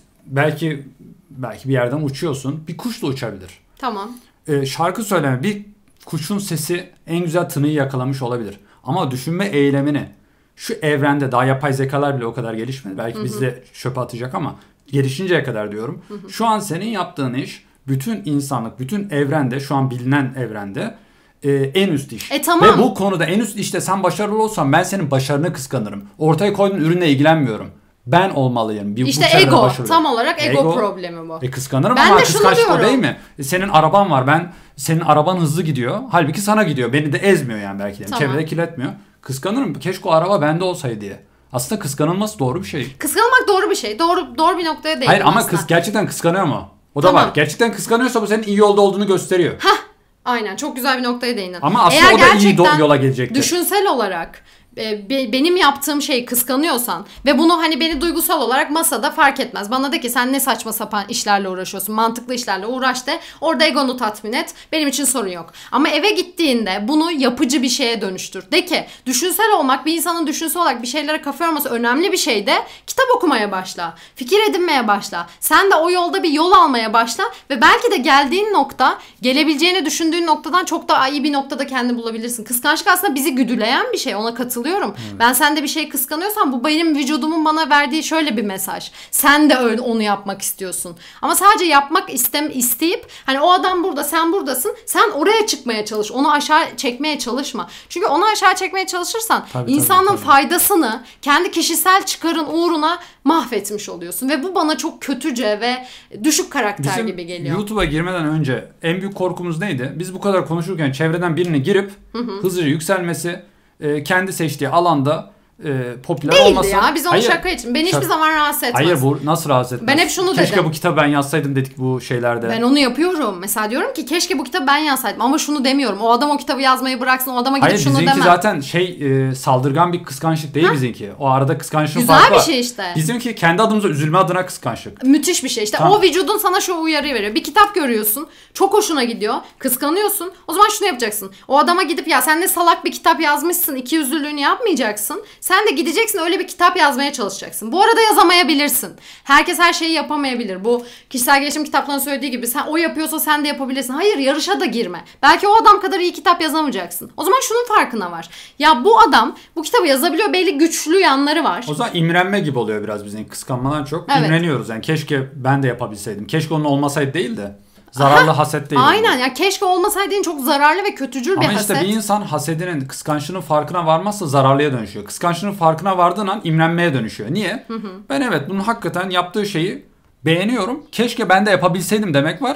Belki bir yerden uçuyorsun. Bir kuş da uçabilir. Tamam. Şarkı söyleme, bir kuşun sesi en güzel tınıyı yakalamış olabilir. Ama düşünme eylemini şu evrende, daha yapay zekalar bile o kadar gelişmedi. Belki bizi de çöpe atacak ama gelişinceye kadar diyorum. Şu an senin yaptığın iş bütün insanlık, bütün evrende, şu an bilinen evrende en üst iş. Tamam. Ve bu konuda en üst işte sen başarılı olsan ben senin başarını kıskanırım. Ortaya koyduğun ürünle ilgilenmiyorum. Ben olmalıyım. İşte ego. Tam olarak ego problemi bu. Kıskanırım ben ama de kıskançlık o değil mi? Senin araban var. Senin araban hızlı gidiyor. Halbuki sana gidiyor. Beni de ezmiyor yani belki de. Tamam. Çevrede kirletmiyor. Kıskanırım. Keşke o araba bende olsaydı diye. Aslında kıskanılması doğru bir şey. Kıskanılmak doğru bir şey. Doğru bir noktaya değindin. Hayır ama gerçekten kıskanıyor mu? O da var. Gerçekten kıskanıyorsa bu senin iyi yolda olduğunu gösteriyor. Aynen, çok güzel bir noktaya değindin. Ama aslında o da iyi yola gelecektir. Düşünsel olarak benim yaptığım şeyi kıskanıyorsan ve bunu hani beni duygusal olarak masada fark etmez. Bana de ki sen ne saçma sapan işlerle uğraşıyorsun. Mantıklı işlerle uğraş de. Orada egonu tatmin et. Benim için sorun yok. Ama eve gittiğinde bunu yapıcı bir şeye dönüştür. De ki düşünsel olmak, bir insanın düşünsel olarak bir şeylere kafa yorması önemli bir şey de kitap okumaya başla. Fikir edinmeye başla. Sen de o yolda bir yol almaya başla ve belki de geldiğin nokta, gelebileceğini düşündüğün noktadan çok daha iyi bir noktada kendini bulabilirsin. Kıskançlık aslında bizi güdüleyen bir şey. Ona katılıyorum. Ben sende bir şey kıskanıyorsam bu benim vücudumun bana verdiği şöyle bir mesaj. Sen de öyle onu yapmak istiyorsun. Ama sadece yapmak isteyip hani o adam burada, sen buradasın. Sen oraya çıkmaya çalış. Onu aşağı çekmeye çalışma. Çünkü onu aşağı çekmeye çalışırsan insanın faydasını kendi kişisel çıkarın uğruna mahvetmiş oluyorsun. Ve bu bana çok kötüce ve düşük karakter gibi geliyor. YouTube'a girmeden önce en büyük korkumuz neydi? Biz bu kadar konuşurken çevreden birini girip hızlıca yükselmesi, kendi seçtiği alanda popüler değildi olması. Ya biz onu şaka için. Beni hiçbir zaman rahatsız etmez. Hayır, bu nasıl rahatsız etmez? Ben hep şunu dedim. Keşke bu kitabı ben yazsaydım dedik bu şeylerde. Ben onu yapıyorum. Mesela diyorum ki keşke bu kitabı ben yazsaydım ama şunu demiyorum. O adam o kitabı yazmayı bıraksın. O adama gidip şunu demem. Hayır, bizimki zaten saldırgan bir kıskançlık değil bizimki. O arada kıskançlığın güzel farkı var. Bir şey işte. Bizimki kendi adımıza üzülme adına kıskançlık. Müthiş bir şey. İşte o vücudun sana şu uyarıyı veriyor. Bir kitap görüyorsun. Çok hoşuna gidiyor. Kıskanıyorsun. O zaman şunu yapacaksın. O adama gidip ya sen ne salak bir kitap yazmışsın. İkiyüzlülüğünü yapmayacaksın. Sen de gideceksin öyle bir kitap yazmaya çalışacaksın. Bu arada yazamayabilirsin. Herkes her şeyi yapamayabilir. Bu kişisel gelişim kitaplarının söylediği gibi sen o yapıyorsa sen de yapabilirsin. Hayır, yarışa da girme. Belki o adam kadar iyi kitap yazamayacaksın. O zaman şunun farkına var. Ya bu adam bu kitabı yazabiliyor. Belli güçlü yanları var. O zaman imrenme gibi oluyor biraz bizim kıskanmadan çok. Evet. İmreniyoruz yani, keşke ben de yapabilseydim. Keşke onun olmasaydı değil de. Zararlı haset değil. Aynen ya, keşke olmasaydın çok zararlı ve kötücül bir haset. Ama işte bir insan hasedinin, kıskançlığının farkına varmazsa zararlıya dönüşüyor. Kıskançlığının farkına vardığın an imrenmeye dönüşüyor. Niye? Ben evet bunun hakikaten yaptığı şeyi beğeniyorum. Keşke ben de yapabilseydim demek var.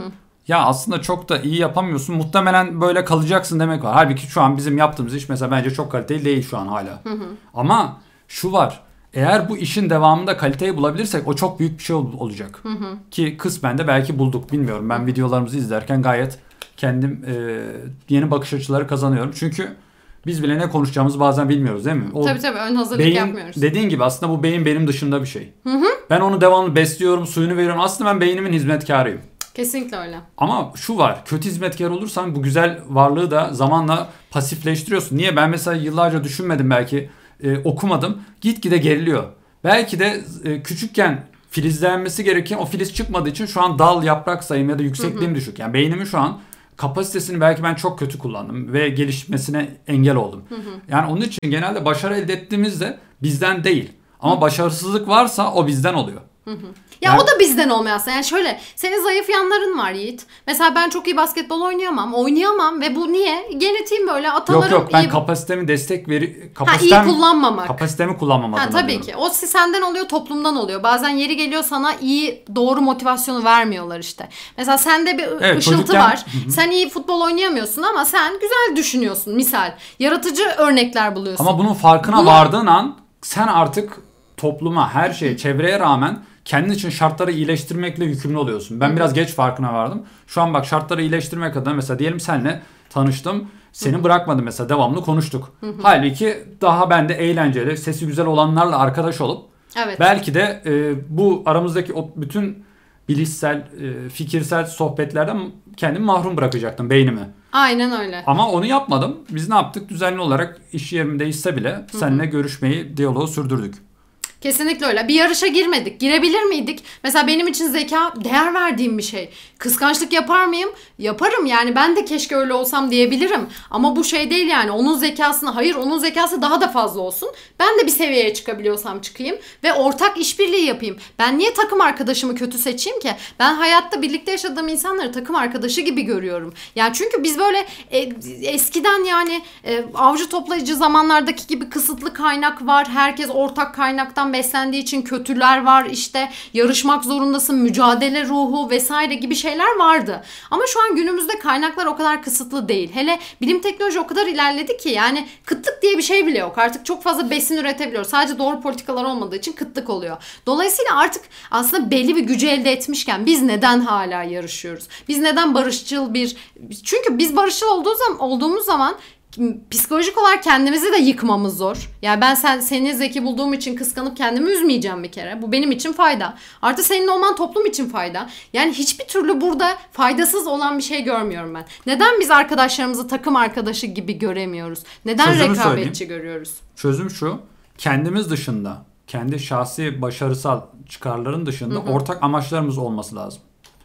Ya aslında çok da iyi yapamıyorsun. Muhtemelen böyle kalacaksın demek var. Halbuki şu an bizim yaptığımız iş mesela bence çok kaliteli değil şu an hala. Ama şu var. Eğer bu işin devamında kaliteyi bulabilirsek o çok büyük bir şey olacak. Ki kısmen de belki bulduk, bilmiyorum. Ben videolarımızı izlerken gayet kendim yeni bakış açıları kazanıyorum. Çünkü biz bile ne konuşacağımızı bazen bilmiyoruz değil mi? Tabii ön hazırlık yapmıyoruz. Dediğin gibi aslında bu beyin benim dışında bir şey. Ben onu devamlı besliyorum, suyunu veriyorum. Aslında ben beynimin hizmetkarıyım. Kesinlikle öyle. Ama şu var, kötü hizmetkar olursan bu güzel varlığı da zamanla pasifleştiriyorsun. Niye? Ben mesela yıllarca düşünmedim belki. Okumadım. Gitgide geriliyor. Belki de küçükken filizlenmesi gereken o filiz çıkmadığı için şu an dal yaprak sayım ya da yüksekliğim düşük. Yani beynimin şu an kapasitesini belki ben çok kötü kullandım ve gelişmesine engel oldum. Yani onun için genelde başarı elde ettiğimizde bizden değil. Ama başarısızlık varsa o bizden oluyor. Ya Yani- o da bizden olmuyor aslında. Yani şöyle, senin zayıf yanların var Yiğit. Mesela ben çok iyi basketbol oynayamam ve bu niye? Genetiğim böyle, atalarım Yok ben iyi. kapasitemi İyi kullanmamak. Kapasitemi kullanmamadan Tabii alıyorum. ki. O senden oluyor, toplumdan oluyor. Bazen yeri geliyor sana iyi, doğru motivasyonu vermiyorlar işte. Mesela sende bir Evet, ışıltı çocukken- var. Sen iyi futbol oynayamıyorsun ama sen güzel düşünüyorsun misal. Yaratıcı örnekler buluyorsun. Ama bunun farkına vardığın an sen artık topluma, her şeye, çevreye rağmen kendin için şartları iyileştirmekle yükümlü oluyorsun. Ben biraz geç farkına vardım. Şu an bak, şartları iyileştirmek adına mesela diyelim senle tanıştım. Seni bırakmadım mesela, devamlı konuştuk. Halbuki daha ben de eğlenceli, sesi güzel olanlarla arkadaş olup Evet. belki de bu aramızdaki o bütün bilişsel, fikirsel sohbetlerden kendimi mahrum bırakacaktım, beynimi. Aynen öyle. Ama onu yapmadım. Biz ne yaptık? Düzenli olarak iş yerim değişse bile seninle görüşmeyi, diyaloğu sürdürdük. Kesinlikle öyle. Bir yarışa girmedik. Girebilir miydik? Mesela benim için zeka değer verdiğim bir şey. Kıskançlık yapar mıyım? Yaparım yani, ben de keşke öyle olsam diyebilirim. Ama bu şey değil yani, onun zekasına, hayır onun zekası daha da fazla olsun. Ben de bir seviyeye çıkabiliyorsam çıkayım ve ortak işbirliği yapayım. Ben niye takım arkadaşımı kötü seçeyim ki? Ben hayatta birlikte yaşadığım insanları takım arkadaşı gibi görüyorum. Yani çünkü biz böyle eskiden yani avcı toplayıcı zamanlardaki gibi kısıtlı kaynak var. Herkes ortak kaynaktan beslendiği için kötüler var, işte yarışmak zorundasın, mücadele ruhu vesaire gibi şeyler vardı. Ama şu an günümüzde kaynaklar o kadar kısıtlı değil. Hele bilim teknoloji o kadar ilerledi ki yani kıtlık diye bir şey bile yok. Artık çok fazla besin üretebiliyoruz. Sadece doğru politikalar olmadığı için kıtlık oluyor. Dolayısıyla artık aslında belli bir gücü elde etmişken biz neden hala yarışıyoruz? Biz neden barışçıl bir... Çünkü biz barışçıl olduğumuz zaman psikolojik olarak kendimizi de yıkmamız zor. Yani ben seni zeki bulduğum için kıskanıp kendimi üzmeyeceğim bir kere. Bu benim için fayda. Artı senin olman toplum için fayda. Yani hiçbir türlü burada faydasız olan bir şey görmüyorum ben. Neden biz arkadaşlarımızı takım arkadaşı gibi göremiyoruz? Neden Çözümü rekabetçi söyleyeyim. görüyoruz? Çözüm şu: kendimiz dışında, kendi şahsi başarısal çıkarların dışında ortak amaçlarımız olması lazım.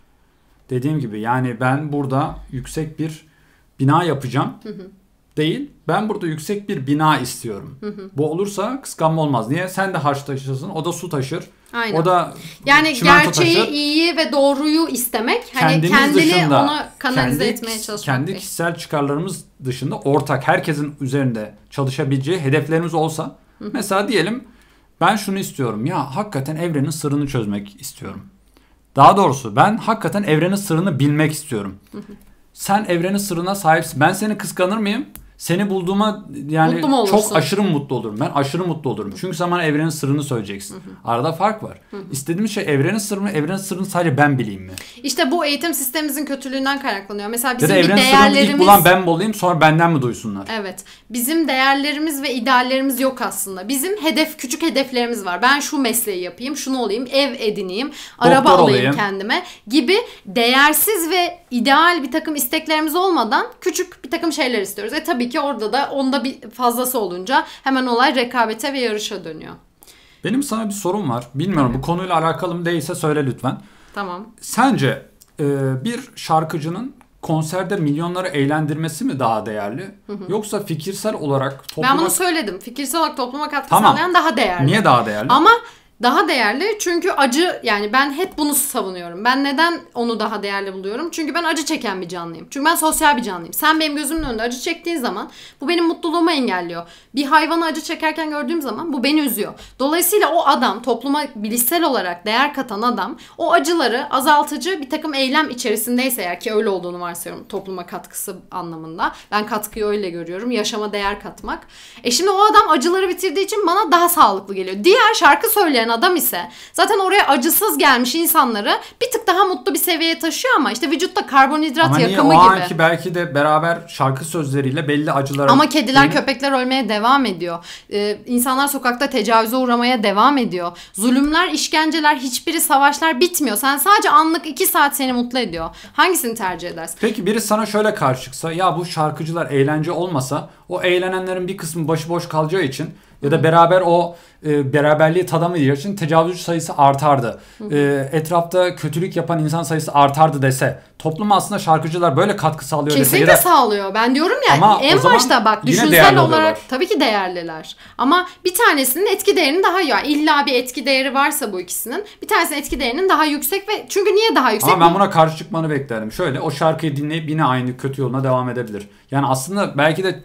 Dediğim gibi yani ben burada yüksek bir bina yapacağım. Değil. Ben burada yüksek bir bina istiyorum. Bu olursa kıskanma olmaz. Niye? Sen de harç taşırsın. O da su taşır. Aynen. O da yani çimento gerçeği, taşır. iyiyi ve doğruyu istemek, hani Kendimiz kendini dışında, ona kanalize etmeye çalışmak kendi değil. kişisel çıkarlarımız dışında ortak, herkesin üzerinde çalışabileceği hedeflerimiz olsa, mesela diyelim ben şunu istiyorum, ya hakikaten evrenin sırrını çözmek istiyorum. Daha doğrusu ben hakikaten evrenin sırrını bilmek istiyorum. Sen evrenin sırrına sahipsin. Ben seni kıskanır mıyım? Seni bulduğuma yani çok aşırı mutlu olurum. Ben aşırı mutlu olurum. Çünkü sen bana evrenin sırrını söyleyeceksin. Arada fark var. İstediğim şey evrenin sırrı mı? Evrenin sırrını sadece ben bileyim mi? İşte bu eğitim sistemimizin kötülüğünden kaynaklanıyor. Mesela Ya bizim da bir evrenin sırrını ilk değerlerimiz... bulan ben mi olayım, sonra benden mi duysunlar? Evet. Bizim değerlerimiz ve ideallerimiz yok aslında. Bizim küçük hedeflerimiz var. Ben şu mesleği yapayım, şunu olayım, ev edineyim, araba alayım kendime gibi değersiz ve ideal bir takım isteklerimiz olmadan küçük bir takım şeyler istiyoruz. Tabii ki orada da onda bir fazlası olunca hemen olay rekabete ve yarışa dönüyor. Benim sana bir sorum var. Bilmiyorum, bu konuyla alakalı mı değilse söyle lütfen. Tamam. Sence bir şarkıcının konserde milyonları eğlendirmesi mi daha değerli? Yoksa fikirsel olarak topluma... Ben bunu söyledim. Fikirsel olarak topluma katkı sağlayan daha değerli. Niye daha değerli? Ama daha değerli çünkü acı, yani ben hep bunu savunuyorum. Ben neden onu daha değerli buluyorum? Çünkü ben acı çeken bir canlıyım. Çünkü ben sosyal bir canlıyım. Sen benim gözümün önünde acı çektiğin zaman bu benim mutluluğumu engelliyor. Bir hayvanı acı çekerken gördüğüm zaman bu beni üzüyor. Dolayısıyla o adam, topluma bilişsel olarak değer katan adam, o acıları azaltıcı bir takım eylem içerisindeyse eğer, ki öyle olduğunu varsayıyorum topluma katkısı anlamında. Ben katkıyı öyle görüyorum. Yaşama değer katmak. Şimdi o adam acıları bitirdiği için bana daha sağlıklı geliyor. Diğer şarkı söyleyen adam ise zaten oraya acısız gelmiş insanları bir tık daha mutlu bir seviyeye taşıyor ama işte vücutta karbonhidrat yakımı gibi. Ama niye o anki belki de beraber şarkı sözleriyle belli acılara... Ama kediler, köpekler ölmeye devam ediyor. İnsanlar sokakta tecavüze uğramaya devam ediyor. Zulümler, işkenceler, hiçbiri, savaşlar bitmiyor. Sen sadece anlık 2 saat seni mutlu ediyor. Hangisini tercih edersin? Peki biri sana şöyle karşı çıksa, ya bu şarkıcılar eğlence olmasa o eğlenenlerin bir kısmı başıboş kalacağı için Ya da beraber o beraberliği tadamayacağı için tecavüzcü sayısı artardı. Etrafta kötülük yapan insan sayısı artardı dese, topluma aslında şarkıcılar böyle katkı sağlıyor dese. Kesinlikle sağlıyor. Ben diyorum ya ama en başta bak düşünsel olarak tabii ki değerliler. Ama bir tanesinin etki değerinin daha iyi. İlla bir etki değeri varsa bu ikisinin, bir tanesinin etki değerinin daha yüksek ve çünkü niye daha yüksek? Ama ben buna karşı çıkmanı beklerdim. Şöyle, o şarkıyı dinleyip yine aynı kötü yoluna devam edebilir. Yani aslında belki de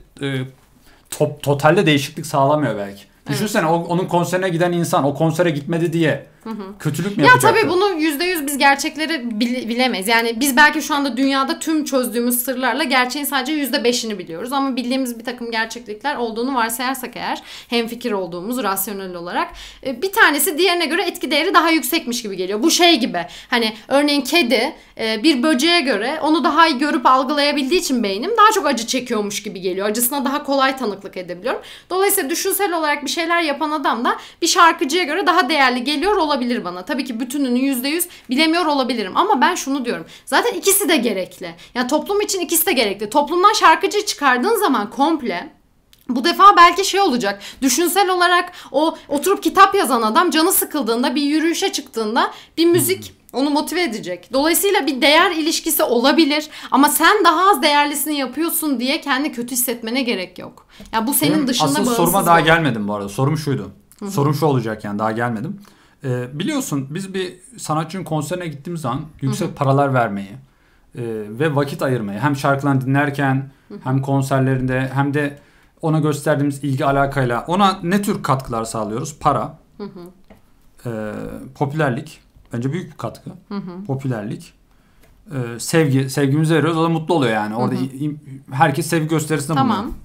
totalde değişiklik sağlamıyor belki. Düşünsene onun konserine giden insan o konsere gitmedi diye kötülük mü yapacaktı? Ya tabii bunu %100 biz gerçekleri bilemeyiz. Yani biz belki şu anda dünyada tüm çözdüğümüz sırlarla gerçeğin sadece %5'ini biliyoruz. Ama bildiğimiz bir takım gerçeklikler olduğunu varsayarsak eğer, hemfikir olduğumuz rasyonel olarak, bir tanesi diğerine göre etki değeri daha yüksekmiş gibi geliyor. Bu şey gibi, hani örneğin kedi bir böceğe göre onu daha iyi görüp algılayabildiği için beynim daha çok acı çekiyormuş gibi geliyor. Acısına daha kolay tanıklık edebiliyorum. Dolayısıyla düşünsel olarak bir şeyler yapan adam da bir şarkıcıya göre daha değerli geliyor olabilir bana. Tabii ki bütününü %100 bilemiyor olabilirim. Ama ben şunu diyorum. Zaten ikisi de gerekli. Yani toplum için ikisi de gerekli. Toplumdan şarkıcı çıkardığın zaman komple, bu defa belki şey olacak. Düşünsel olarak o oturup kitap yazan adam canı sıkıldığında bir yürüyüşe çıktığında bir müzik onu motive edecek. Dolayısıyla bir değer ilişkisi olabilir ama sen daha az değerlisini yapıyorsun diye kendi kötü hissetmene gerek yok. Ya yani bu senin dışında bağımsız. Asıl soruma daha gelmedim bu arada. Sorum şuydu. Sorum şu olacak, yani daha gelmedim. Biliyorsun biz bir sanatçının konserine gittiğimiz zaman yüksek paralar vermeyi ve vakit ayırmayı, hem şarkılarını dinlerken hem konserlerinde hem de ona gösterdiğimiz ilgi alakayla ona ne tür katkılar sağlıyoruz? Para, popülerlik, bence büyük bir katkı. Popülerlik, sevgimizi veriyoruz, o da mutlu oluyor yani. Orada herkes sevgi gösterisinde bulunuyor. Tamam.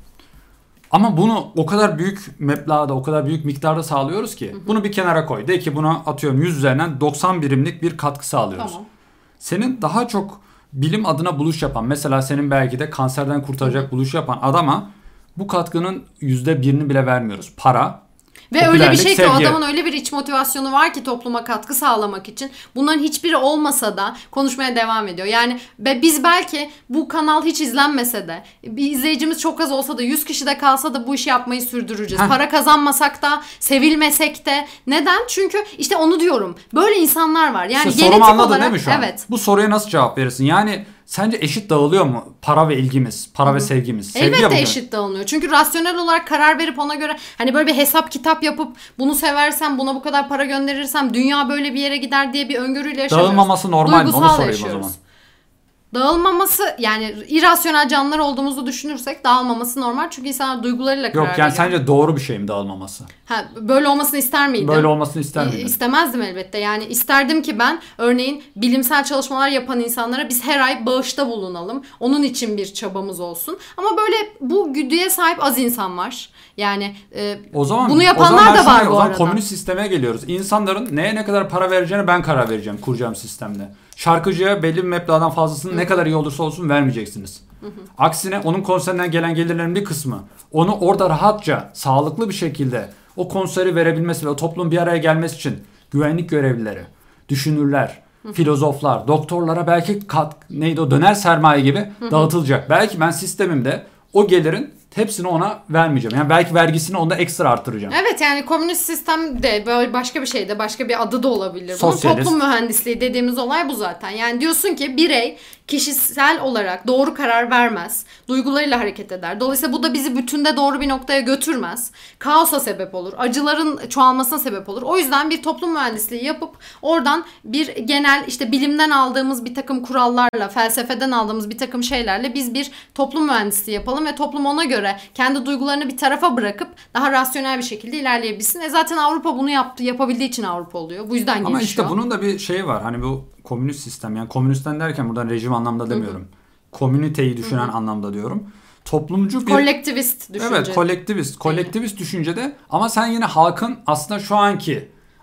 Ama bunu o kadar büyük meblağda, o kadar büyük miktarda sağlıyoruz ki bunu bir kenara koy. De ki buna atıyorum 100 üzerinden 90 birimlik bir katkı sağlıyoruz. Tamam. Senin daha çok bilim adına buluş yapan, mesela senin belki de kanserden kurtaracak buluş yapan adama bu katkının %1'ini bile vermiyoruz. Para, ve öyle bir şey ki o adamın öyle bir iç motivasyonu var ki topluma katkı sağlamak için. Bunların hiçbiri olmasa da konuşmaya devam ediyor. Yani biz belki bu kanal hiç izlenmese de, bir izleyicimiz çok az olsa da, 100 kişi de kalsa da bu işi yapmayı sürdüreceğiz. Para kazanmasak da, sevilmesek de. Neden? Çünkü işte onu diyorum. Böyle insanlar var. Yani işte sorumu anladın olarak, değil mi şu an? Evet. Bu soruya nasıl cevap verirsin? Yani sence eşit dağılıyor mu para ve ilgimiz, para ve sevgimiz? Elbette eşit dağılıyor. Çünkü rasyonel olarak karar verip ona göre hani böyle bir hesap kitap yapıp bunu seversem, buna bu kadar para gönderirsem dünya böyle bir yere gider diye bir öngörüyle yaşamıyoruz. Dağılmaması normal mi? Onu sorayım yaşıyoruz. o zaman. Dağılmaması, yani irrasyonel canlılar olduğumuzu düşünürsek dağılmaması normal. Çünkü insanlar duygularıyla karar veriyor. Yok yani sence doğru bir şey mi dağılmaması? Böyle olmasını ister miydim? Böyle olmasını ister miydin? İstemezdim elbette. Yani isterdim ki ben örneğin bilimsel çalışmalar yapan insanlara biz her ay bağışta bulunalım. Onun için bir çabamız olsun. Ama böyle bu güdüye sahip az insan var. Yani o zaman, bunu yapanlar da var bu arada. O zaman komünist sisteme geliyoruz. İnsanların neye ne kadar para vereceğine ben karar vereceğim kuracağım sistemde. Şarkıcıya belli bir meblağdan fazlasını ne kadar iyi olursa olsun vermeyeceksiniz. Aksine onun konserinden gelen gelirlerin bir kısmı onu orada rahatça, sağlıklı bir şekilde o konseri verebilmesi ve o toplumun bir araya gelmesi için güvenlik görevlileri, düşünürler, filozoflar, doktorlara belki döner sermaye gibi dağıtılacak. Belki ben sistemimde o gelirin hepsini ona vermeyeceğim. Yani belki vergisini onda ekstra artıracağım. Evet, yani komünist sistem de böyle başka bir şey de, başka bir adı da olabilir. Sosyalist. Bunun toplum mühendisliği dediğimiz olay bu zaten. Yani diyorsun ki birey kişisel olarak doğru karar vermez. Duygularıyla hareket eder. Dolayısıyla bu da bizi bütünde doğru bir noktaya götürmez. Kaosa sebep olur. Acıların çoğalmasına sebep olur. O yüzden bir toplum mühendisliği yapıp oradan bir genel işte bilimden aldığımız bir takım kurallarla, felsefeden aldığımız bir takım şeylerle biz bir toplum mühendisliği yapalım ve toplum ona göre kendi duygularını bir tarafa bırakıp daha rasyonel bir şekilde ilerleyebilsin. Zaten Avrupa bunu yapabildiği için Avrupa oluyor. Bu yüzden gelişiyor. Ama işte bunun da bir şeyi var. Hani bu komünist sistem, yani komünistten derken buradan rejim anlamda demiyorum. Komüniteyi düşünen anlamda diyorum. Toplumcu bir... Kolektivist düşünce. Evet, kolektivist düşüncede, ama sen yine halkın aslında şu anki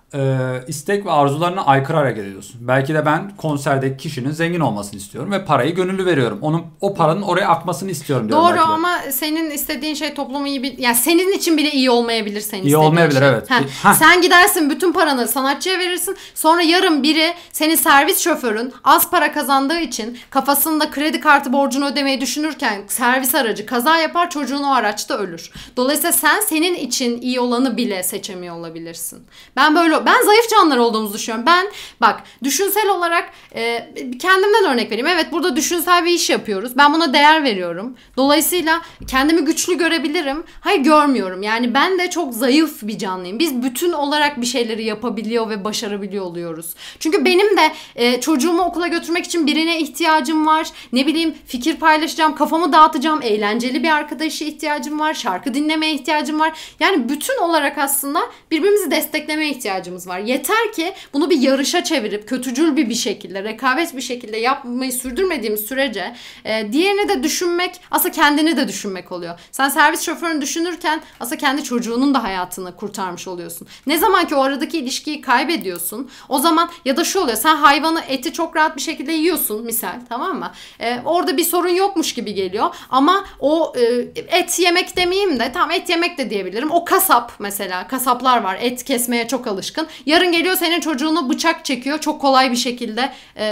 istek ve arzularına aykırı hareket ediyorsun. Belki de ben konserdeki kişinin zengin olmasını istiyorum ve parayı gönüllü veriyorum. O paranın oraya akmasını istiyorum diyorum. Doğru ama senin istediğin şey toplumu yani senin için bile iyi olmayabilir senin istediğin olmayabilir şey. evet. Sen gidersin bütün paranı sanatçıya verirsin. Sonra yarın biri senin servis şoförün az para kazandığı için kafasında kredi kartı borcunu ödemeyi düşünürken servis aracı kaza yapar, çocuğun o araçta ölür. Dolayısıyla sen senin için iyi olanı bile seçemiyor olabilirsin. Ben zayıf canlılar olduğumuzu düşünüyorum. Ben bak düşünsel olarak kendimden örnek vereyim. Evet burada düşünsel bir iş yapıyoruz. Ben buna değer veriyorum. Dolayısıyla kendimi güçlü görebilirim. Hayır görmüyorum. Yani ben de çok zayıf bir canlıyım. Biz bütün olarak bir şeyleri yapabiliyor ve başarabiliyor oluyoruz. Çünkü benim de çocuğumu okula götürmek için birine ihtiyacım var. Ne bileyim fikir paylaşacağım, kafamı dağıtacağım, eğlenceli bir arkadaşa ihtiyacım var, şarkı dinlemeye ihtiyacım var. Yani bütün olarak aslında birbirimizi desteklemeye ihtiyacımız var. Yeter ki bunu bir yarışa çevirip kötücül bir şekilde, rekabet bir şekilde yapmayı sürdürmediğimiz sürece diğerini de düşünmek aslında kendini de düşünmek oluyor. Sen servis şoförünü düşünürken aslında kendi çocuğunun da hayatını kurtarmış oluyorsun. Ne zaman ki o aradaki ilişkiyi kaybediyorsun o zaman ya da şu oluyor, sen hayvanı eti çok rahat bir şekilde yiyorsun misal, tamam mı? Orada bir sorun yokmuş gibi geliyor ama o et yemek demeyeyim de tam et yemek de diyebilirim. O kasap mesela, kasaplar var et kesmeye çok alışkın. Yarın geliyor senin çocuğunu bıçak çekiyor çok kolay bir şekilde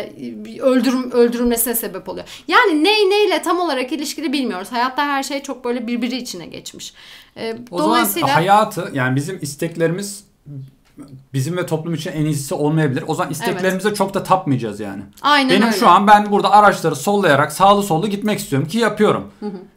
öldürülmesine sebep oluyor. Yani neyle tam olarak ilişkili bilmiyoruz. Hayatta her şey çok böyle birbiri içine geçmiş. O dolayısıyla zaman hayatı yani bizim isteklerimiz bizim ve toplum için en iyisi olmayabilir. O zaman isteklerimize evet. Çok da tapmayacağız yani. Aynen benim öyle. Şu an ben burada araçları sollayarak sağlı sollu gitmek istiyorum ki yapıyorum.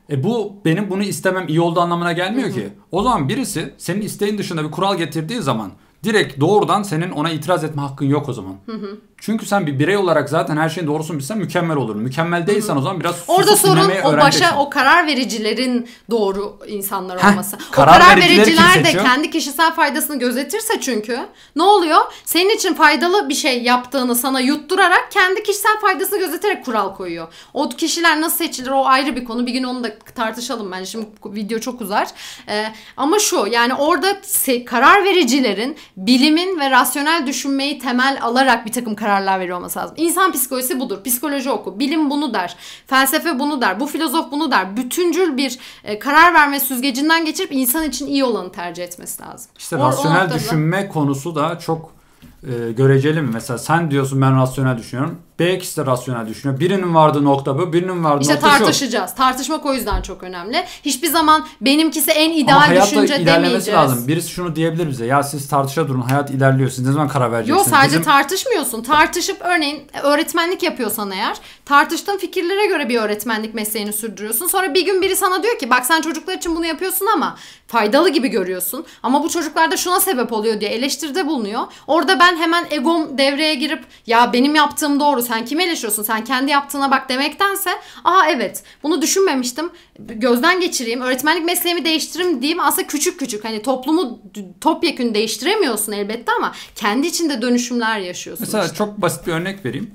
Bu benim bunu istemem iyi olduğu anlamına gelmiyor ki. O zaman birisi senin isteğin dışında bir kural getirdiği zaman direkt doğrudan senin ona itiraz etme hakkın yok o zaman. Çünkü sen bir birey olarak zaten her şeyin doğrusunu bilsen mükemmel olur. Mükemmel değilsen o zaman biraz orada sorun o karar vericilerin doğru insanlar olması. O karar vericiler de kendi kişisel faydasını gözetirse çünkü ne oluyor? Senin için faydalı bir şey yaptığını sana yutturarak kendi kişisel faydasını gözeterek kural koyuyor. O kişiler nasıl seçilir o ayrı bir konu. Bir gün onu da tartışalım bence. Şimdi video çok uzar. Ama şu yani orada karar vericilerin bilimin ve rasyonel düşünmeyi temel alarak bir takım kararlar veriyor olması lazım. İnsan psikolojisi budur. Psikoloji oku. Bilim bunu der. Felsefe bunu der. Bu filozof bunu der. Bütüncül bir karar verme süzgecinden geçirip insan için iyi olanı tercih etmesi lazım. İşte rasyonel düşünme konusu da çok göreceli mi? Mesela sen diyorsun ben rasyonel düşünüyorum. B kişisi de rasyonel düşünüyor. Birinin vardığı nokta bu, birinin vardığı işte nokta şu. Tartışacağız. Tartışmak o yüzden çok önemli. Hiçbir zaman benimkisi en ideal düşünce demeyeceğiz. Lazım. Birisi şunu diyebilir bize. Ya siz tartışa durun. Hayat ilerliyor. Siz ne zaman karar vereceksiniz? Yok sadece tartışmıyorsun. Tartışıp örneğin öğretmenlik yapıyorsan eğer tartıştığın fikirlere göre bir öğretmenlik mesleğini sürdürüyorsun. Sonra bir gün biri sana diyor ki bak sen çocuklar için bunu yapıyorsun ama faydalı gibi görüyorsun. Ama bu çocuklarda şuna sebep oluyor diye eleştiride bulunuyor. Orada ben hemen egom devreye girip ya benim yaptığım doğru. Sen kimi eleştiriyorsun? Sen kendi yaptığına bak demektense evet bunu düşünmemiştim. Gözden geçireyim. Öğretmenlik mesleğimi değiştireyim diyeyim. Aslında küçük küçük hani toplumu topyekün değiştiremiyorsun elbette ama kendi içinde dönüşümler yaşıyorsun. Mesela işte. Çok basit bir örnek vereyim.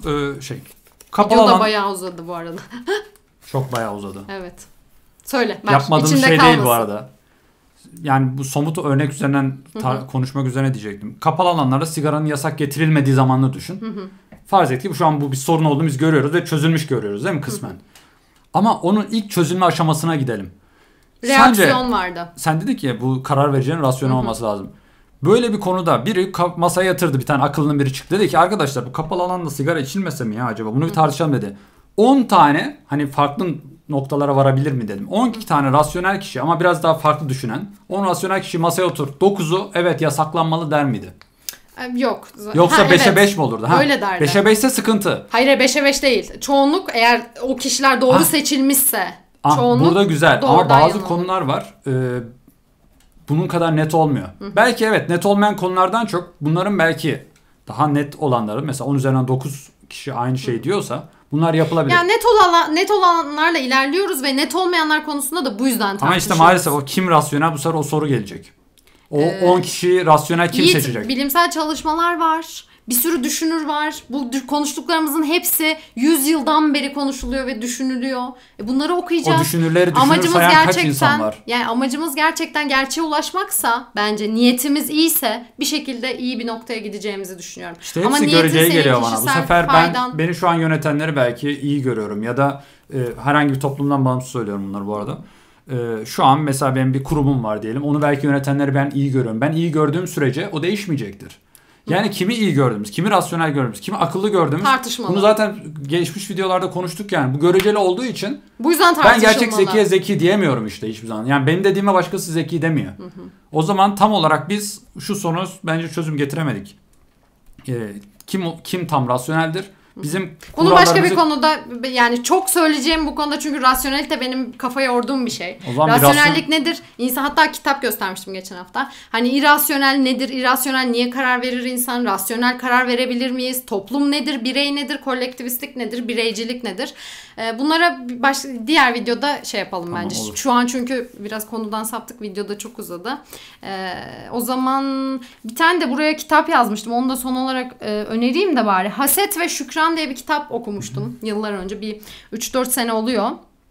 Kapalı alan. Video da bayağı uzadı bu arada. Çok bayağı uzadı. Evet. Söyle. Yapmadığım şey kalmasın. Değil bu arada. Yani bu somut örnek üzerinden konuşmak üzerine diyecektim. Kapalı alanlarda sigaranın yasak getirilmediği zamanını düşün. Farz et ki şu an bu bir sorun olduğunu biz görüyoruz ve çözülmüş görüyoruz değil mi kısmen? Ama onun ilk çözülme aşamasına gidelim. Reaksiyon vardı. Sen dedi ki bu karar vericinin rasyonel olması lazım. Böyle bir konuda biri masaya yatırdı, bir tane akıllının biri çıktı. Dedi ki arkadaşlar bu kapalı alanda sigara içilmese mi ya acaba? Bunu bir tartışalım dedi. 10 tane hani farklı noktalara varabilir mi dedim. 12 tane rasyonel kişi ama biraz daha farklı düşünen 10 rasyonel kişi masaya otur. 9'u evet yasaklanmalı der miydi? Yok. Yoksa 5'e 5 mi olurdu? Öyle derdi. 5'e 5 ise sıkıntı. Hayır 5'e 5 değil. Çoğunluk eğer o kişiler doğru seçilmişse. Çoğunluk burada güzel ama bazı konular var. Bunun kadar net olmuyor. Belki evet net olmayan konulardan çok bunların belki daha net olanları mesela 10 üzerinden 9 kişi aynı şey diyorsa bunlar yapılabilir. Yani net olanlarla ilerliyoruz ve net olmayanlar konusunda da bu yüzden tartışıyoruz. Ama işte maalesef o kim rasyonel bu sefer o soru gelecek. O 10 kişi rasyonel kim seçecek? Bilimsel çalışmalar var. Bir sürü düşünür var. Bu konuştuklarımızın hepsi 100 yıldan beri konuşuluyor ve düşünülüyor. Bunları okuyacağız. O düşünür sayan kaç insan var? Yani amacımız gerçekten gerçeğe ulaşmaksa, bence niyetimiz iyiyse bir şekilde iyi bir noktaya gideceğimizi düşünüyorum. İşte hepsi ama göreceli geliyor bana. Bu sefer faydan... beni şu an yönetenleri belki iyi görüyorum ya da herhangi bir toplumdan bağımsız söylüyorum bunları bu arada. Şu an mesela benim bir kurumum var diyelim. Onu belki yönetenleri ben iyi görüyorum. Ben iyi gördüğüm sürece o değişmeyecektir. Yani kimi iyi gördüğümüz, kimi rasyonel gördüğümüz, kimi akıllı gördüğümüz. Tartışmalı. Bunu zaten geçmiş videolarda konuştuk yani. Bu göreceli olduğu için bu yüzden ben gerçek zekiye zeki diyemiyorum işte hiçbir zaman. Yani benim dediğime başkası zeki demiyor. O zaman tam olarak biz şu sorunu bence çözüm getiremedik. Kim tam rasyoneldir? Bizim bunu başka bir konuda, yani çok söyleyeceğim bu konuda, çünkü rasyonelite benim kafa yorduğum bir şey. Rasyonellik nedir? İnsan, hatta kitap göstermiştim geçen hafta. Hani irrasyonel nedir? İrrasyonel niye karar verir insan? Rasyonel karar verebilir miyiz? Toplum nedir? Birey nedir? Kolektivistlik nedir? Bireycilik nedir? Bunlara diğer videoda şey yapalım tamam, bence. Olur. Şu an çünkü biraz konudan saptık. Videoda çok uzadı. O zaman bir tane de buraya kitap yazmıştım. Onu da son olarak önereyim de bari. Haset ve Şükran diye bir kitap okumuştum yıllar önce. Bir 3-4 sene oluyor.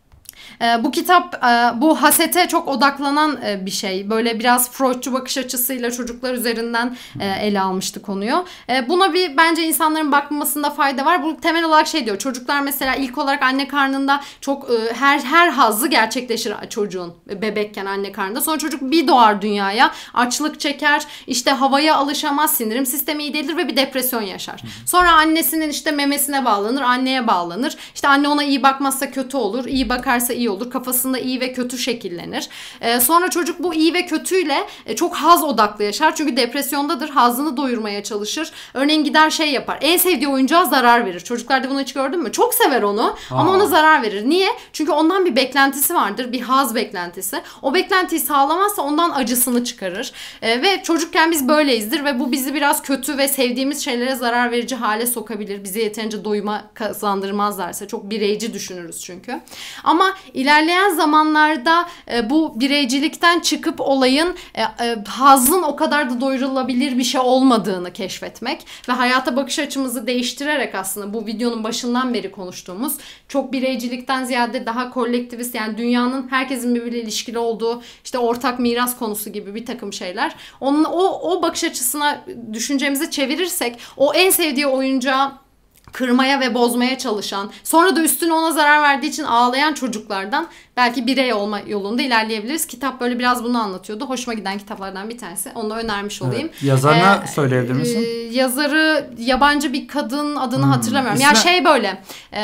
Bu kitap bu hasete çok odaklanan bir şey. Böyle biraz Freudçu bakış açısıyla çocuklar üzerinden ele almıştı konuyu. Buna bir bence insanların bakmasında fayda var. Bu temel olarak şey diyor. Çocuklar mesela ilk olarak anne karnında çok her hazzı gerçekleşir çocuğun bebekken anne karnında. Sonra çocuk bir doğar dünyaya. Açlık çeker. İşte havaya alışamaz. Sindirim sistemi iyi değildir ve bir depresyon yaşar. Sonra annesinin işte memesine bağlanır. Anneye bağlanır. İşte anne ona iyi bakmazsa kötü olur. İyi bakarsa iyi olur. Kafasında iyi ve kötü şekillenir. Sonra çocuk bu iyi ve kötüyle çok haz odaklı yaşar. Çünkü depresyondadır. Hazını doyurmaya çalışır. Örneğin gider şey yapar. En sevdiği oyuncağa zarar verir. Çocuklarda bunu hiç gördün mü? Çok sever onu ama ona zarar verir. Niye? Çünkü ondan bir beklentisi vardır. Bir haz beklentisi. O beklentiyi sağlamazsa ondan acısını çıkarır. Ve çocukken biz böyleyizdir ve bu bizi biraz kötü ve sevdiğimiz şeylere zarar verici hale sokabilir. Bize yeterince doyuma kazandırmazlarsa. Çok bireyci düşünürüz çünkü. Ama ilerleyen zamanlarda bu bireycilikten çıkıp olayın hazın o kadar da doyurulabilir bir şey olmadığını keşfetmek ve hayata bakış açımızı değiştirerek aslında bu videonun başından beri konuştuğumuz çok bireycilikten ziyade daha kolektivist, yani dünyanın herkesin birbiriyle ilişkili olduğu işte ortak miras konusu gibi bir takım şeyler. O bakış açısına düşüncemizi çevirirsek o en sevdiği oyuncağı kırmaya ve bozmaya çalışan, sonra da üstüne ona zarar verdiği için ağlayan çocuklardan belki birey olma yolunda ilerleyebiliriz. Kitap böyle biraz bunu anlatıyordu. Hoşuma giden kitaplardan bir tanesi. Onu da önermiş olayım. Evet. Yazarını söyleyebilir misin? Yazarı yabancı bir kadın, adını hatırlamıyorum. İsmi... Ya şey böyle...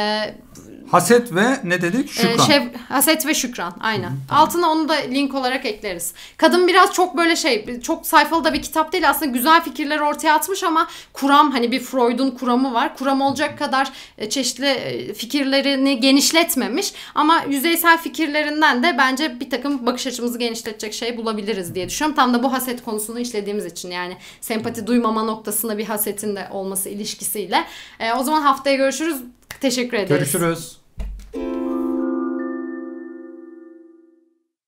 Haset ve ne dedik? Şükran. Haset ve Şükran. Aynen. Tamam. Altına onu da link olarak ekleriz. Kadın biraz çok böyle çok sayfalı da bir kitap değil. Aslında güzel fikirler ortaya atmış ama kuram, hani bir Freud'un kuramı var. Kuram olacak kadar çeşitli fikirlerini genişletmemiş. Ama yüzeysel fikirlerinden de bence bir takım bakış açımızı genişletecek şey bulabiliriz diye düşünüyorum. Tam da bu haset konusunu işlediğimiz için, yani sempati duymama noktasında bir hasetin de olması ilişkisiyle. O zaman haftaya görüşürüz. Teşekkür ederiz. Görüşürüz.